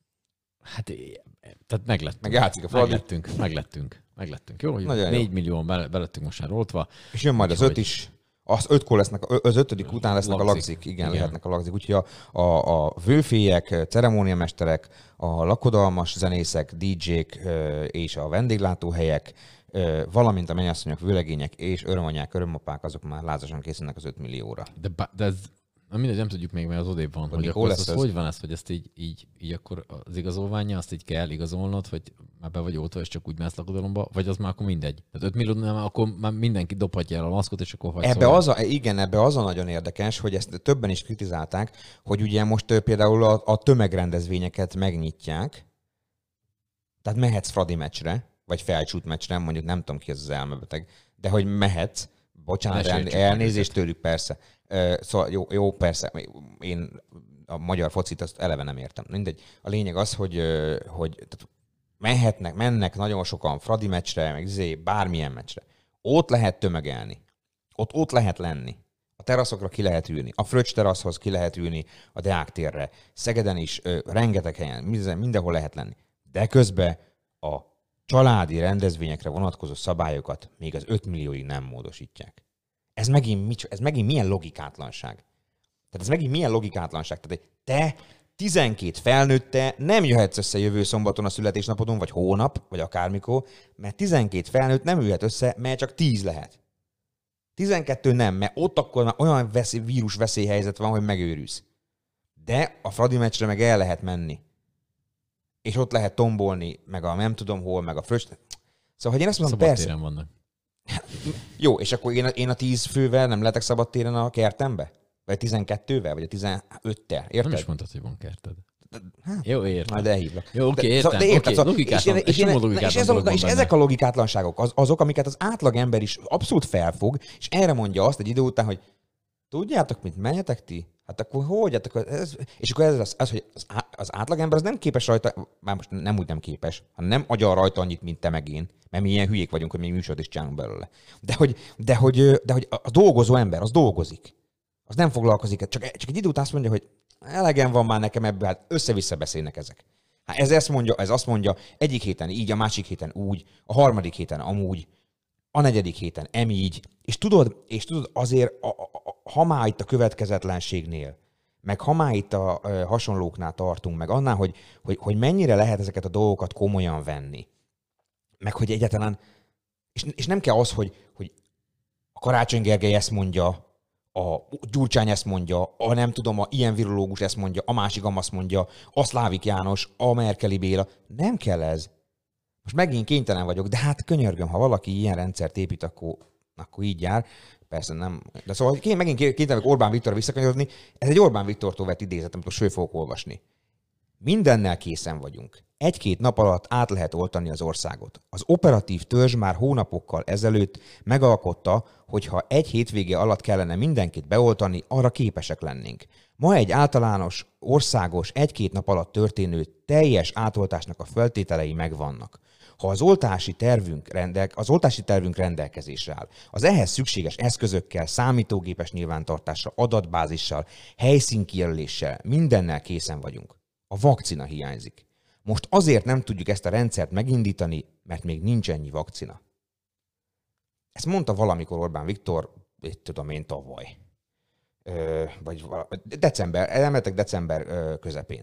Hát, tehát meglettünk. Meg játszik a Fradi. Meglettünk, meglettünk, meglettünk. Jó, négy millió belettünk most már oltva. És jön majd az öt is. Az ötkor lesznek, az ötödik után lesznek lagzik. a lagzik. Igen, igen, lehetnek a lagzik. Úgyhogy a, a, a vőfélyek, ceremóniamesterek, a lakodalmas zenészek, dé jék és a vendéglátóhelyek, valamint a mennyasszonyok, vőlegények és örömanyák, örömapák, azok már lázasan készülnek az öt millióra. De, de ez, na mindegy, nem tudjuk még, mert az odébb van. Hogy akkor lesz az, az, hogy van ez, hogy ezt így, így, így akkor az igazolványa, azt így kell igazolnod, hogy már be vagy oltva, és csak úgy mész lakodalomba, vagy az már akkor mindegy. Tehát öt millió, nem, akkor már mindenki dobhatja el a maszkot, és akkor hagy ebbe az a, igen, ebbe az a nagyon érdekes, hogy ezt többen is kritizálták, hogy ugye most például a, a tömegrendezvényeket megnyitják, tehát mehetsz Fradi meccsre, vagy felcsút meccsre, mondjuk nem tudom ki ez az elmebeteg, de hogy mehetsz, bocsánat, el, elnézést tőlük persze. Szóval jó, jó, persze, én a magyar focit azt eleve nem értem. Mindegy. A lényeg az, hogy, hogy mehetnek, mennek nagyon sokan Fradi meccsre, meg izé, bármilyen meccsre. Ott lehet tömegelni. Ott, ott lehet lenni. A teraszokra ki lehet ülni. A Fröccs teraszhoz ki lehet ülni, a Deák térre. Szegeden is rengeteg helyen, mindenhol lehet lenni. De közben a családi rendezvényekre vonatkozó szabályokat még az öt millióig nem módosítják. Ez megint, ez megint milyen logikátlanság. Tehát ez megint milyen logikátlanság. Tehát te tizenkét felnőtte nem jöhetsz össze jövő szombaton a születésnapodon, vagy hónap, vagy akármikor, mert tizenkét felnőtt nem ülhet össze, mert csak tíz lehet. tizenkettő nem, mert ott akkor már olyan veszély, vírus veszélyhelyzet van, hogy megőrülsz. De a Fradi meccsre meg el lehet menni. És ott lehet tombolni, meg a nem tudom hol, meg a Fröccs. Szóval, hogy én azt mondom, persze. Vannak. Jó, és akkor én a, én a tíz fővel nem lehetek szabadtéren a kertembe? Vagy a tizenkettővel? Vagy a tizenöttel? Érted? Nem is mondtad, hogy van kerted. Hát, jó, értem. Majd elhívlak. Jó, oké, értem. De, érted, okay, szóval, logikátlan, és, és, és, és, és, ez a, és ezek a logikátlanságok az, azok, amiket az átlagember is abszolút felfog, és erre mondja azt egy idő után, hogy tudjátok, mit menjetek ti? Hát akkor hogy? Hát akkor ez, és akkor ez az, az, hogy az, az átlagember az nem képes rajta, már most nem úgy nem képes, hanem nem agyal rajta annyit, mint te meg én, mert mi ilyen hülyék vagyunk, hogy még műsort is csinálunk belőle. De hogy, de hogy, de hogy a dolgozó ember, az dolgozik. Az nem foglalkozik, csak, csak egy idő után azt mondja, hogy elegem van már nekem ebből, hát össze-vissza beszélnek ezek. Hát ez ezt mondja, ez azt mondja, egyik héten így, a másik héten úgy, a harmadik héten amúgy, a negyedik héten emígy, és tudod, és tudod azért, a, a, a, ha már itt a következetlenségnél, meg ha már itt a, a hasonlóknál tartunk, meg annál, hogy, hogy, hogy mennyire lehet ezeket a dolgokat komolyan venni, meg hogy egyáltalán, és, és nem kell az, hogy, hogy a Karácsony Gergely ezt mondja, a Gyurcsány ezt mondja, a nem tudom, a ilyen virológus ezt mondja, a másik azt mondja, a Szlávik János, a Merkeli Béla. Nem kell ez. Most megint kénytelen vagyok, de hát könyörgöm, ha valaki ilyen rendszert épít, akkor, akkor így jár. Persze nem. De szóval én megint kénytelen vagyok Orbán Viktorra visszakanyarodni. Ez egy Orbán Viktortól vett idézet, amit most föl fogok olvasni. Mindennel készen vagyunk. Egy-két nap alatt át lehet oltani az országot. Az operatív törzs már hónapokkal ezelőtt megalkotta, hogy ha egy hétvége alatt kellene mindenkit beoltani, arra képesek lennénk. Ma egy általános, országos, egy-két nap alatt történő teljes átoltásnak a feltételei megvannak. Ha az oltási tervünk, rendel, az oltási tervünk rendelkezésre áll, az ehhez szükséges eszközökkel, számítógépes nyilvántartással, adatbázissal, helyszínkijelöléssel, mindennel készen vagyunk. A vakcina hiányzik. Most azért nem tudjuk ezt a rendszert megindítani, mert még nincs ennyi vakcina. Ezt mondta valamikor Orbán Viktor, itt tudom én, tavaly. Ö, vagy december, elmetek december ö, közepén.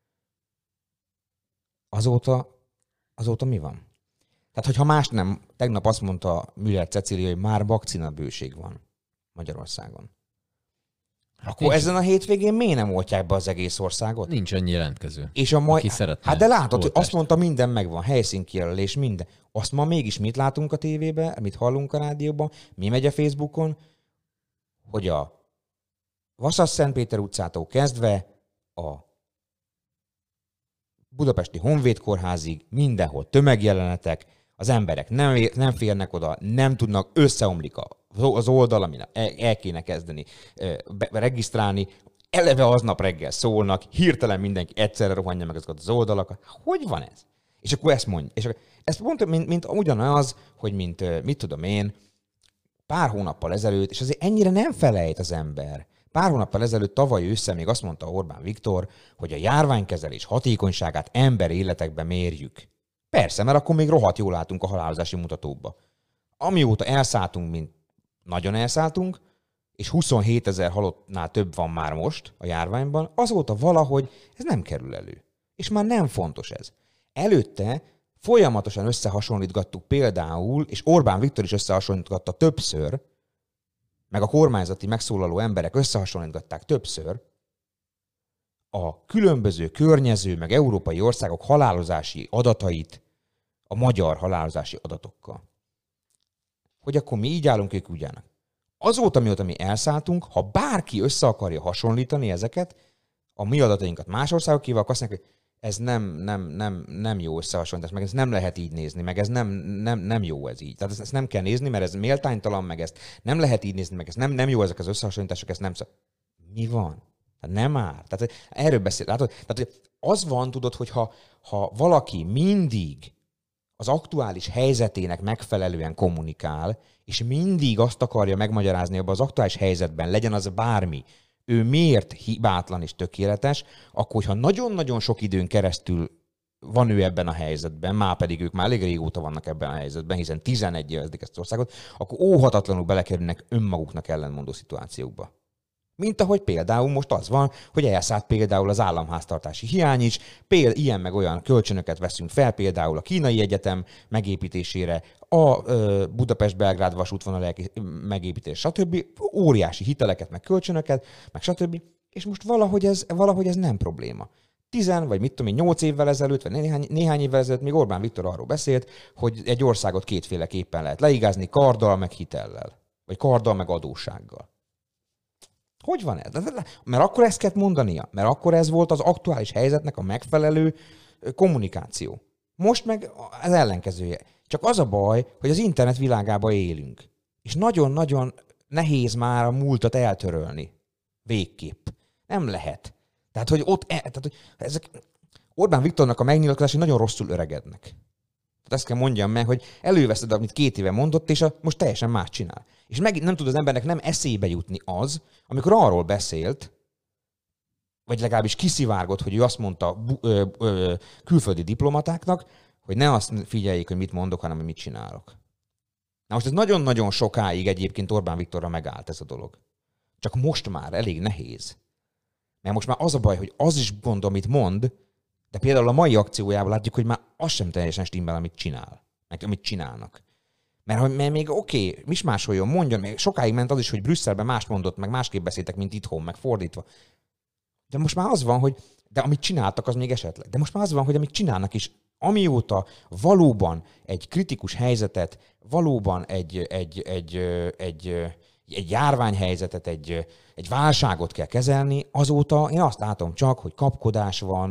Azóta, azóta mi van? Tehát, hogyha más nem, tegnap azt mondta Müller Cecília, hogy már vakcina bőség van Magyarországon. Hát akkor nincs, ezen a hétvégén miért nem oltják be az egész országot? Nincs annyi jelentkező. És a mai... Hát de látod, hogy azt mondta, minden megvan, helyszínkijelölés, minden. Azt ma mégis mit látunk a tévében, mit hallunk a rádióban, mi megy a Facebookon, hogy a Vasas-Szentpéter utcától kezdve a budapesti Honvéd kórházig mindenhol tömegjelenetek, az emberek nem, nem férnek oda, nem tudnak, összeomlik a az oldal, amin el kéne kezdeni be, regisztrálni, eleve aznap reggel szólnak, hirtelen mindenki egyszerre rohanja meg azokat az oldalakat. Hogy van ez? És akkor ezt mondja. És akkor ezt mondta, mint, mint ugyanaz, hogy mint, mit tudom én, pár hónappal ezelőtt, és azért ennyire nem felejt az ember. Pár hónappal ezelőtt, tavaly össze még azt mondta Orbán Viktor, hogy a járványkezelés hatékonyságát ember életekbe mérjük. Persze, mert akkor még rohadt jól látunk a halálozási mutatókba. Amióta elszálltunk, mint nagyon elszálltunk, és huszonhétezer halottnál több van már most a járványban, azóta valahogy ez nem kerül elő. És már nem fontos ez. Előtte folyamatosan összehasonlítgattuk például, és Orbán Viktor is összehasonlítgatta többször, meg a kormányzati megszólaló emberek összehasonlítgatták többször, a különböző környező, meg európai országok halálozási adatait a magyar halálozási adatokkal. Hogy akkor mi így állunk, ők úgy állnak. Azóta, mióta mi elszálltunk, ha bárki össze akarja hasonlítani ezeket, a mi adatainkat más országokéval, akkor azt mondják, hogy ez nem, nem, nem, nem jó összehasonlítás, meg ez nem lehet így nézni, meg ez nem, nem, nem jó ez így. Tehát ezt, ezt nem kell nézni, mert ez méltánytalan, meg ezt nem lehet így nézni, meg ez nem, nem jó ezek az összehasonlítások, ezt nem szab... Mi van? Tehát nem áll. Tehát erről beszél. Látod? Tehát az van, tudod, hogy ha, ha valaki mindig az aktuális helyzetének megfelelően kommunikál, és mindig azt akarja megmagyarázni abban az aktuális helyzetben, legyen az bármi, ő miért hibátlan és tökéletes, akkor, hogyha nagyon-nagyon sok időn keresztül van ő ebben a helyzetben, már pedig ők már elég régóta vannak ebben a helyzetben, hiszen tizenegy éve vezetik ezt az országot, akkor óhatatlanul belekerülnek önmaguknak ellenmondó szituációkba. Mint ahogy például most az van, hogy elszállt például az államháztartási hiány is, például ilyen meg olyan kölcsönöket veszünk fel, például a Kínai Egyetem megépítésére, a Budapest-Belgrád vasútvonal megépítés, stb. Óriási hiteleket, meg kölcsönöket, meg stb. És most valahogy ez, valahogy ez nem probléma. Tizen, vagy mit tudom én, nyolc évvel ezelőtt, vagy néhány, néhány évvel ezelőtt még Orbán Viktor arról beszélt, hogy egy országot kétféleképpen lehet leigázni, karddal, meg hitellel. Vagy karddal, meg adóssággal. Hogy van ez? Mert akkor ezt kellett mondania, mert akkor ez volt az aktuális helyzetnek a megfelelő kommunikáció. Most meg az ellenkezője. Csak az a baj, hogy az internet világában élünk. És nagyon-nagyon nehéz már a múltat eltörölni. Végképp. Nem lehet. Tehát, hogy ott, tehát, hogy ezek Orbán Viktornak a megnyilatkozásai nagyon rosszul öregednek. Tehát ezt kell mondjam meg, hogy előveszed, amit két éve mondott, és a, most teljesen más csinál. És megint nem tud az embernek nem eszébe jutni az, amikor arról beszélt, vagy legalábbis kiszivárgott, hogy ő azt mondta bu- ö, ö, külföldi diplomatáknak, hogy ne azt figyeljék, hogy mit mondok, hanem hogy mit csinálok. Na most ez nagyon-nagyon sokáig egyébként Orbán Viktorra megállt ez a dolog. Csak most már elég nehéz. Mert most már az a baj, hogy az is gond, amit mond, de például a mai akciójában látjuk, hogy már az sem teljesen stimmel, amit csinál. Meg amit csinálnak. Mert, mert még oké, okay, is másoljon, mondjon, még sokáig ment az is, hogy Brüsszelben más mondott, meg másképp beszéltek, mint itthon, meg fordítva. De most már az van, hogy de amit csináltak, az még esetleg. De most már az van, hogy amit csinálnak is, amióta valóban egy kritikus helyzetet, valóban egy, egy, egy, egy, egy járványhelyzetet, egy, egy válságot kell kezelni, azóta én azt látom csak, hogy kapkodás van,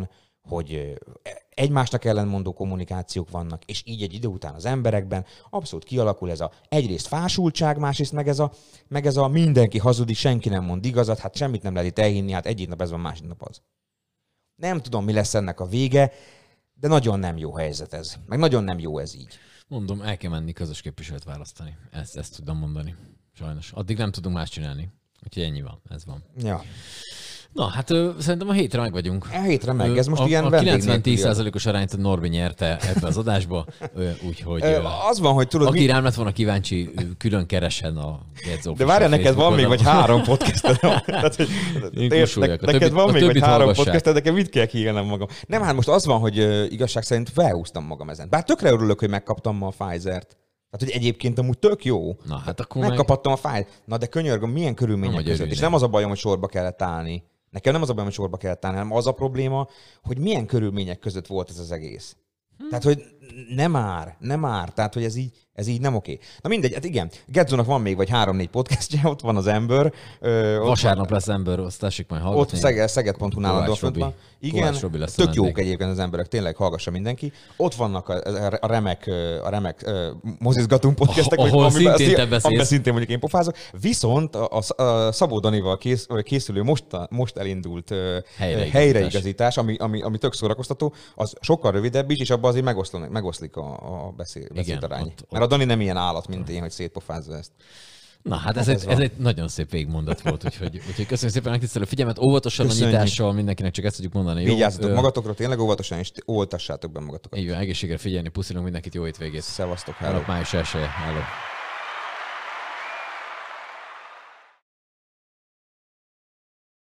hogy egymásnak ellenmondó kommunikációk vannak, és így egy idő után az emberekben abszolút kialakul ez a egyrészt fásultság, másrészt meg ez a, meg ez a mindenki hazudik, senki nem mond igazat, hát semmit nem lehet itt elhinni, hát egyik nap ez van, másik nap az. Nem tudom, mi lesz ennek a vége, de nagyon nem jó helyzet ez. Meg nagyon nem jó ez így. Mondom, el kell menni közös képviselőt választani. Ezt, ezt tudom mondani. Sajnos. Addig nem tudunk más csinálni. Úgyhogy ennyi van. Ez van. Ja. Na, hát ö, szerintem a hétre meg vagyunk. A hétre meg. Ez most a, ilyen a kilencven-tíz százalékos vendég arányt a Norbi nyerte ebbe az adásba. Úgyhogy Ö, az van, hogy tudod, aki mi... rám lett volna kíváncsi, külön keresen a Gedzó. De várjál, neked van még vagy három podcasted. Neked van még vagy három podcasted, nekem mit kell kiélnem magam. Nem, hát most az van, hogy uh, igazság szerint felhúztam magam ezen. Bár tökre örülök, hogy megkaptam ma a Pfizer-t. Hát, hogy egyébként amúgy tök jó. Na, hát akkor megkaphattam meg... a Pfizer. Na, de könyörgöm, milyen körülmények között. Örülnek. És nem az a bajom, hogy sorba kellett állni. Nekem nem az a bajom, hogy sorba kellett állni, hanem az a probléma, hogy milyen körülmények között volt ez az egész. Hm. Tehát, hogy nem már, nem már. Tehát, hogy ez így, ez így nem oké. Na mindegy, hát igen, Gedzónak van még vagy három-négy podcastja, ott van az Ember. Ö, Vasárnap van, lesz Ember, azt tessék majd hallgatni. Ott szeged, szeged pont hu állandóan fönt van. Igen, tök jók egyébként az emberek, tényleg hallgassa mindenki. Ott vannak a, a remek, a remek mozizgatunk podcastek, ahol hogy szintén amiben, te beszélsz. amiben szintén mondjuk én pofázok. Viszont a, a, a Szabó Danival kész, készülő most, most elindult helyreigazítás, helyreigazítás ami, ami, ami tök szórakoztató, az sokkal rövidebb is, és abban azért megoszlik, megoszlik a, a beszél, beszéltarány. Mert a Dani nem ilyen állat, mint én, hogy szétpofázza ezt. Na hát ez, hát ez, egy, ez egy nagyon szép végmondat volt, úgyhogy, úgyhogy köszönjük szépen megtisztelő figyelmet, óvatosan köszönjük. A nyitással, mindenkinek csak ezt tudjuk mondani. Vigyázzatok magatokra, tényleg óvatosan, és oltassátok be magatokat. Így van, egészségre figyelni, puszilunk mindenkit, jó hétvégét. Szevasztok, hello. Május elsője, hello.